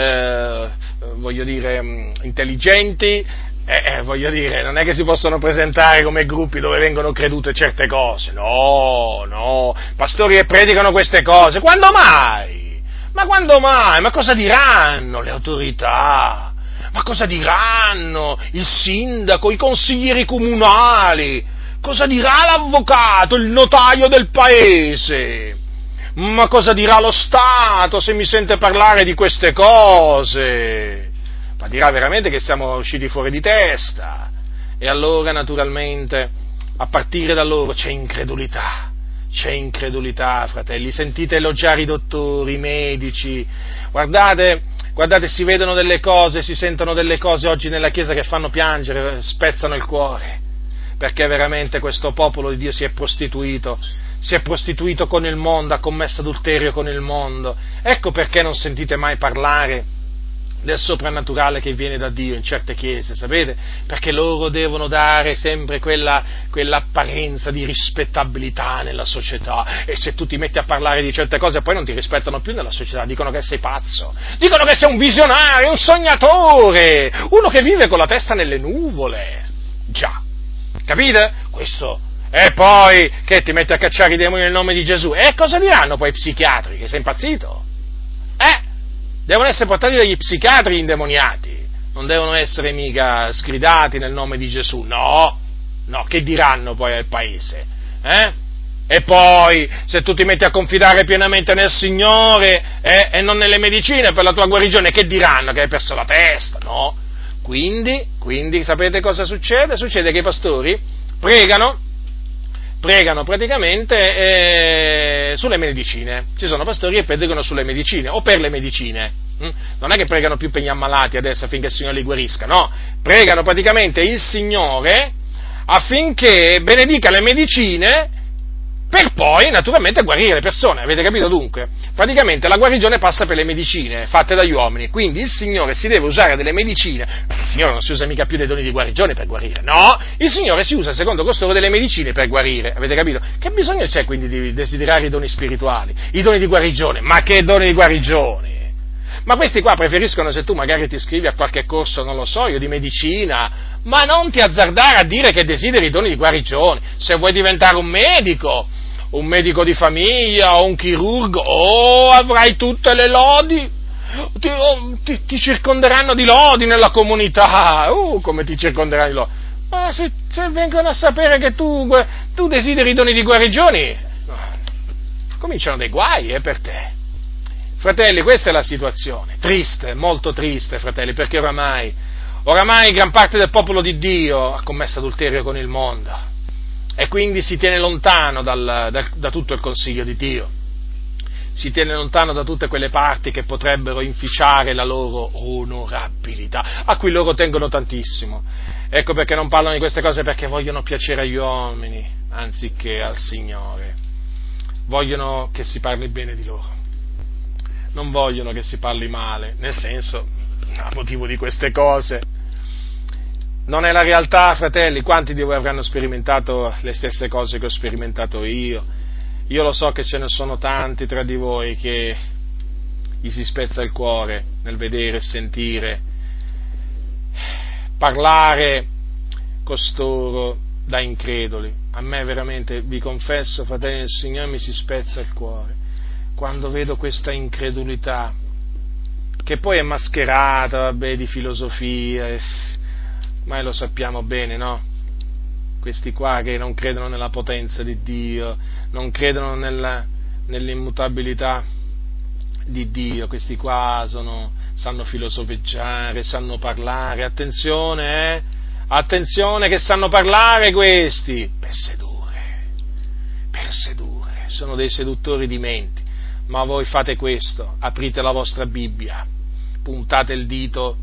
intelligenti, voglio dire, non è che si possono presentare come gruppi dove vengono credute certe cose, no, pastori che predicano queste cose, quando mai? Ma quando mai? Ma cosa diranno le autorità? Ma cosa diranno il sindaco, i consiglieri comunali? Cosa dirà l'avvocato, il notaio del paese? Ma cosa dirà lo Stato se mi sente parlare di queste cose? Ma dirà veramente che siamo usciti fuori di testa. E allora, naturalmente, a partire da loro c'è incredulità, fratelli. Sentite elogiare i dottori, i medici. Guardate, si vedono delle cose, si sentono delle cose oggi nella Chiesa che fanno piangere, spezzano il cuore, perché veramente questo popolo di Dio si è prostituito con il mondo, ha commesso adulterio con il mondo. Ecco perché non sentite mai parlare del soprannaturale che viene da Dio in certe chiese, sapete? Perché loro devono dare sempre quell'apparenza di rispettabilità nella società, e se tu ti metti a parlare di certe cose poi non ti rispettano più nella società, dicono che sei pazzo, dicono che sei un visionario, un sognatore, uno che vive con la testa nelle nuvole, già, capite? Questo. E poi che ti metti a cacciare i demoni nel nome di Gesù, e cosa diranno poi i psichiatri, che sei impazzito? Devono essere portati dagli psichiatri indemoniati, non devono essere mica sgridati nel nome di Gesù, no, che diranno poi al paese, E poi, se tu ti metti a confidare pienamente nel Signore, e non nelle medicine per la tua guarigione, che diranno? Che hai perso la testa, no? Quindi, sapete cosa succede? Succede che i pastori pregano praticamente sulle medicine. Ci sono pastori che predicano sulle medicine o per le medicine. Non è che pregano più per gli ammalati adesso affinché il Signore li guarisca, no, pregano praticamente il Signore affinché benedica le medicine per poi naturalmente guarire le persone, avete capito dunque? Praticamente la guarigione passa per le medicine fatte dagli uomini, quindi il Signore si deve usare delle medicine, il Signore non si usa mica più dei doni di guarigione per guarire, no, il Signore si usa secondo costoro delle medicine per guarire, avete capito? Che bisogno c'è quindi di desiderare i doni spirituali, i doni di guarigione? Ma che doni di guarigione? Ma questi qua preferiscono, se tu magari ti iscrivi a qualche corso, non lo so io, di medicina, ma non ti azzardare a dire che desideri i doni di guarigione. Se vuoi diventare un medico di famiglia o un chirurgo, avrai tutte le lodi, ti circonderanno di lodi nella comunità, come ti circonderanno di lodi. Ma se vengono a sapere che tu desideri i doni di guarigione, cominciano dei guai per te. Fratelli, questa è la situazione, triste, molto triste, fratelli, perché oramai gran parte del popolo di Dio ha commesso adulterio con il mondo e quindi si tiene lontano da tutto il consiglio di Dio, si tiene lontano da tutte quelle parti che potrebbero inficiare la loro onorabilità, a cui loro tengono tantissimo. Ecco perché non parlano di queste cose, perché vogliono piacere agli uomini anziché al Signore, vogliono che si parli bene di loro. Non vogliono che si parli male, nel senso, a motivo di queste cose. Non è la realtà, fratelli. Quanti di voi avranno sperimentato le stesse cose che ho sperimentato io? Io lo so che ce ne sono tanti tra di voi che gli si spezza il cuore nel vedere e sentire parlare costoro da increduli. A me veramente, vi confesso, fratelli del Signore, mi si spezza il cuore quando vedo questa incredulità, che poi è mascherata, di filosofia, ma lo sappiamo bene, no? Questi qua che non credono nella potenza di Dio, non credono nell'immutabilità di Dio, questi qua sanno filosofeggiare, sanno parlare, attenzione che sanno parlare questi, per sedurre, sono dei seduttori di menti. Ma voi fate questo, aprite la vostra Bibbia, puntate il dito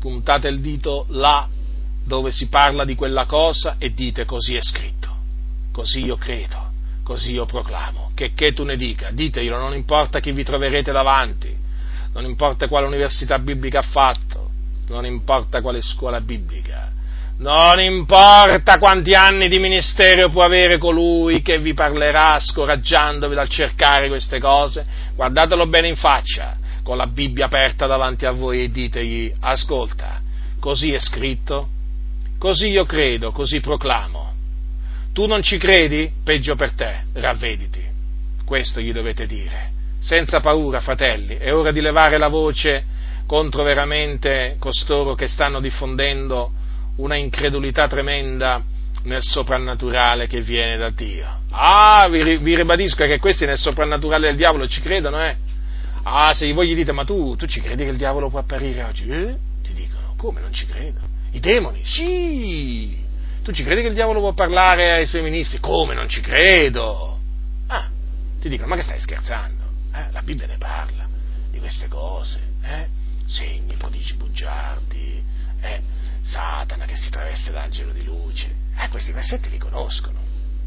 là dove si parla di quella cosa e dite: così è scritto, così io credo, così io proclamo, che tu ne dica, diteglielo, non importa chi vi troverete davanti, non importa quale università biblica ha fatto, non importa quale scuola biblica, non importa quanti anni di ministero può avere colui che vi parlerà scoraggiandovi dal cercare queste cose, guardatelo bene in faccia, con la Bibbia aperta davanti a voi e ditegli: ascolta, così è scritto, così io credo, così proclamo. Tu non ci credi? Peggio per te, ravvediti. Questo gli dovete dire, senza paura, fratelli. È ora di levare la voce contro veramente costoro che stanno diffondendo una incredulità tremenda nel soprannaturale che viene da Dio. Vi ribadisco che questi nel soprannaturale del diavolo ci credono, se voi gli dite: ma tu ci credi che il diavolo può apparire oggi? Ti dicono: come, non ci credo? I demoni? Sì! Tu ci credi che il diavolo può parlare ai suoi ministri? Come, non ci credo? Ti dicono: ma che stai scherzando? La Bibbia ne parla di queste cose, segni, prodigi bugiardi, Satana che si traveste da angelo di luce. Questi versetti li conoscono.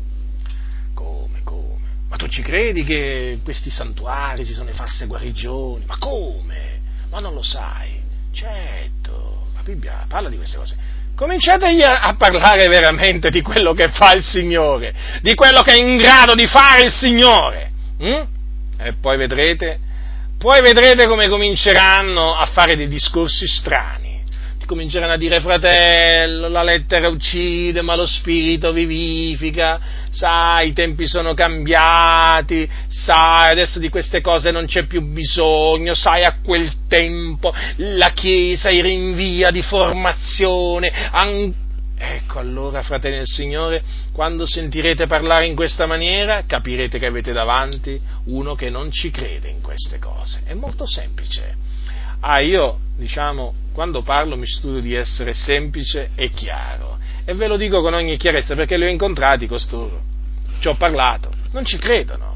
Come? Ma tu ci credi che in questi santuari ci sono le false guarigioni? Ma come? Ma non lo sai? Certo, la Bibbia parla di queste cose. Cominciategli a parlare veramente di quello che fa il Signore, di quello che è in grado di fare il Signore. E poi vedrete come cominceranno a fare dei discorsi strani. Cominceranno a dire: fratello, la lettera uccide, ma lo spirito vivifica, sai, i tempi sono cambiati, sai, adesso di queste cose non c'è più bisogno, sai, a quel tempo la Chiesa era in via di formazione. Ecco, allora, fratelli del Signore, quando sentirete parlare in questa maniera, capirete che avete davanti uno che non ci crede in queste cose. È molto semplice. Io, quando parlo mi studio di essere semplice e chiaro, e ve lo dico con ogni chiarezza, perché li ho incontrati costoro, ci ho parlato, non ci credono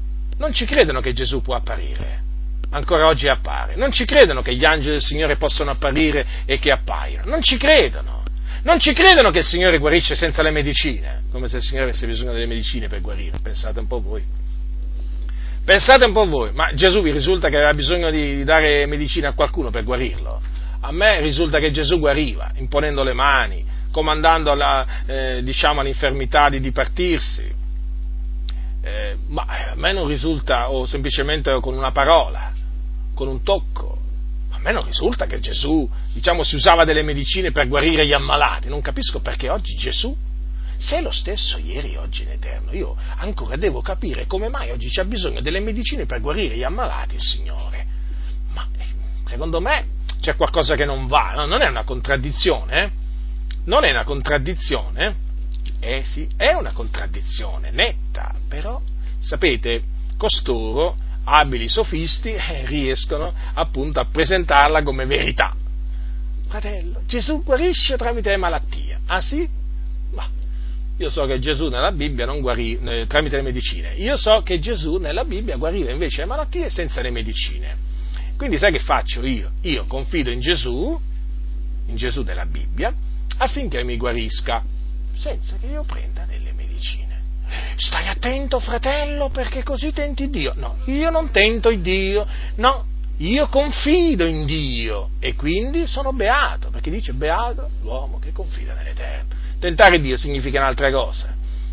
che Gesù può apparire, ancora oggi appare, non ci credono che gli angeli del Signore possono apparire e che appaiono, non ci credono Non ci credono che il Signore guarisce senza le medicine, come se il Signore avesse bisogno delle medicine per guarire, pensate un po' voi. Pensate un po' voi, ma Gesù vi risulta che aveva bisogno di dare medicina a qualcuno per guarirlo? A me risulta che Gesù guariva, imponendo le mani, comandando all'infermità di dipartirsi, ma a me non risulta, o semplicemente con una parola, con un tocco. A me non risulta che Gesù, si usava delle medicine per guarire gli ammalati. Non capisco perché oggi Gesù, se è lo stesso ieri, oggi in eterno, io ancora devo capire come mai oggi c'ha bisogno delle medicine per guarire gli ammalati, il Signore. Ma secondo me c'è qualcosa che non va, no? Non è una contraddizione, eh? Non è una contraddizione? Sì, è una contraddizione netta, però, sapete, costoro, abili sofisti, riescono appunto a presentarla come verità. Fratello, Gesù guarisce tramite malattia. Ah sì? Ma io so che Gesù nella Bibbia non guarì tramite le medicine. Io so che Gesù nella Bibbia guariva invece le malattie senza le medicine. Quindi sai che faccio io? Io confido in Gesù della Bibbia, affinché mi guarisca, senza che io prenda delle medicine. Stai attento, fratello, perché così tenti Dio. No, io non tento il Dio, no, io confido in Dio e quindi sono beato, perché dice beato l'uomo che confida nell'Eterno. Tentare Dio significa un'altra cosa.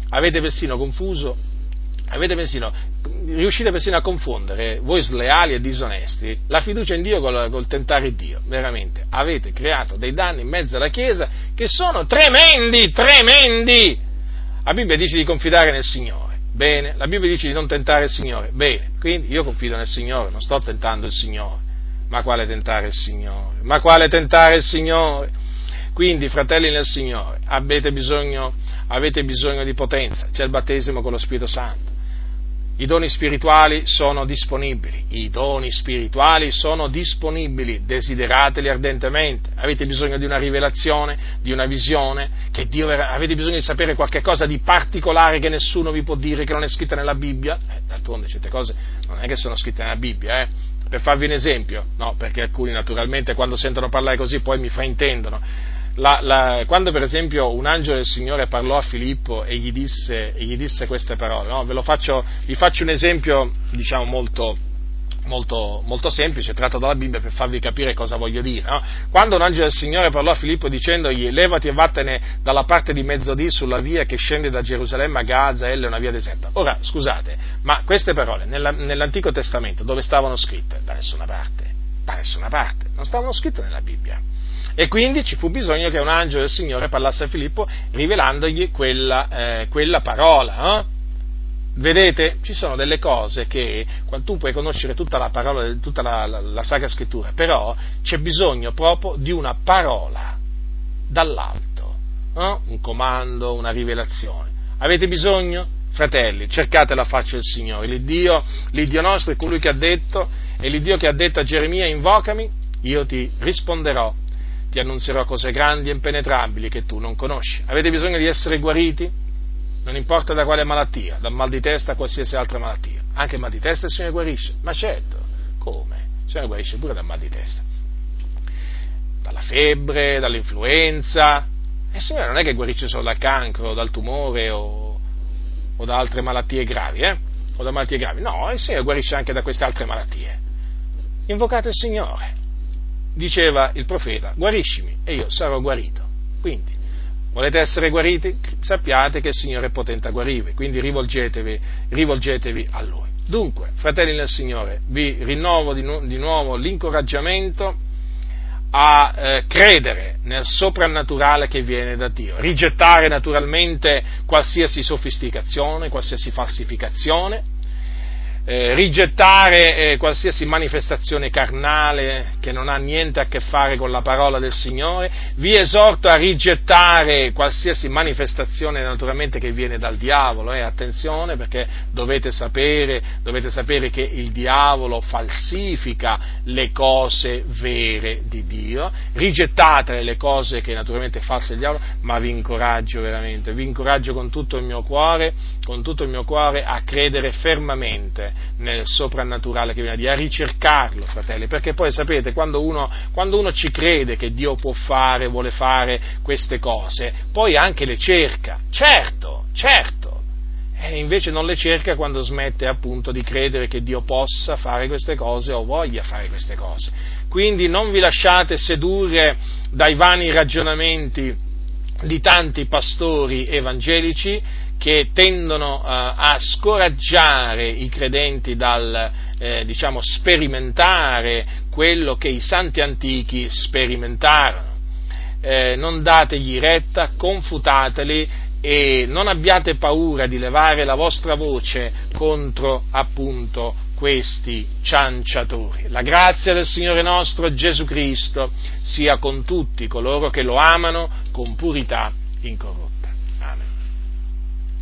Riuscite persino a confondere, voi sleali e disonesti, la fiducia in Dio col tentare Dio. Veramente, avete creato dei danni in mezzo alla Chiesa che sono tremendi. La Bibbia dice di confidare nel Signore, bene, la Bibbia dice di non tentare il Signore, bene, quindi io confido nel Signore, non sto tentando il Signore. Ma quale tentare il Signore? Quindi, fratelli nel Signore, avete bisogno di potenza, c'è il battesimo con lo Spirito Santo. I doni spirituali sono disponibili, desiderateli ardentemente. Avete bisogno di una rivelazione, di una visione, avete bisogno di sapere qualche cosa di particolare che nessuno vi può dire, che non è scritta nella Bibbia. D'altronde certe cose non è che sono scritte nella Bibbia, Per farvi un esempio, no, perché alcuni naturalmente quando sentono parlare così poi mi fraintendono. Quando per esempio un angelo del Signore parlò a Filippo e gli disse queste parole, no? Vi faccio un esempio, molto, molto, molto semplice, tratto dalla Bibbia per farvi capire cosa voglio dire, no? Quando un angelo del Signore parlò a Filippo dicendogli levati e vattene dalla parte di mezzodì sulla via che scende da Gerusalemme a Gaza, ella è una via deserta. Ora, scusate, ma queste parole nell'Antico Testamento dove stavano scritte? Da nessuna parte, non stavano scritte nella Bibbia. E quindi ci fu bisogno che un angelo del Signore parlasse a Filippo rivelandogli quella parola. No? Vedete, ci sono delle cose che quando tu puoi conoscere tutta la parola, tutta la Sacra Scrittura, però c'è bisogno proprio di una parola dall'alto, no? Un comando, una rivelazione. Avete bisogno? Fratelli, cercate la faccia del Signore. L'Iddio nostro è colui che ha detto, è l'Iddio che ha detto a Geremia: invocami, io ti risponderò, ti annunzierò cose grandi e impenetrabili che tu non conosci. Avete bisogno di essere guariti? Non importa da quale malattia, dal mal di testa a qualsiasi altra malattia. Anche il mal di testa il Signore guarisce? Ma certo, come? Il Signore guarisce pure dal mal di testa. Dalla febbre, dall'influenza. E il Signore non è che guarisce solo dal cancro, dal tumore o da altre malattie gravi, o da malattie gravi. No, il Signore guarisce anche da queste altre malattie. Invocate il Signore. Diceva il profeta: guariscimi e io sarò guarito. Quindi, volete essere guariti? Sappiate che il Signore è potente a guarire, quindi rivolgetevi a Lui. Dunque, fratelli nel Signore, vi rinnovo di nuovo l'incoraggiamento a credere nel soprannaturale che viene da Dio, rigettare naturalmente qualsiasi sofisticazione, qualsiasi falsificazione, rigettare qualsiasi manifestazione carnale che non ha niente a che fare con la parola del Signore. Vi esorto a rigettare qualsiasi manifestazione naturalmente che viene dal diavolo, attenzione, perché dovete sapere che il diavolo falsifica le cose vere di Dio. Rigettate le cose che naturalmente è false del diavolo, ma vi incoraggio con tutto il mio cuore a credere fermamente nel soprannaturale che viene da Dio, a ricercarlo, fratelli, perché poi sapete, quando uno ci crede che Dio può fare, vuole fare queste cose, poi anche le cerca, certo, e invece non le cerca quando smette appunto di credere che Dio possa fare queste cose o voglia fare queste cose. Quindi non vi lasciate sedurre dai vani ragionamenti di tanti pastori evangelici che tendono a scoraggiare i credenti dal sperimentare quello che i santi antichi sperimentarono. Non dategli retta, confutateli e non abbiate paura di levare la vostra voce contro appunto questi cianciatori. La grazia del Signore nostro Gesù Cristo sia con tutti coloro che lo amano con purità incorrotta.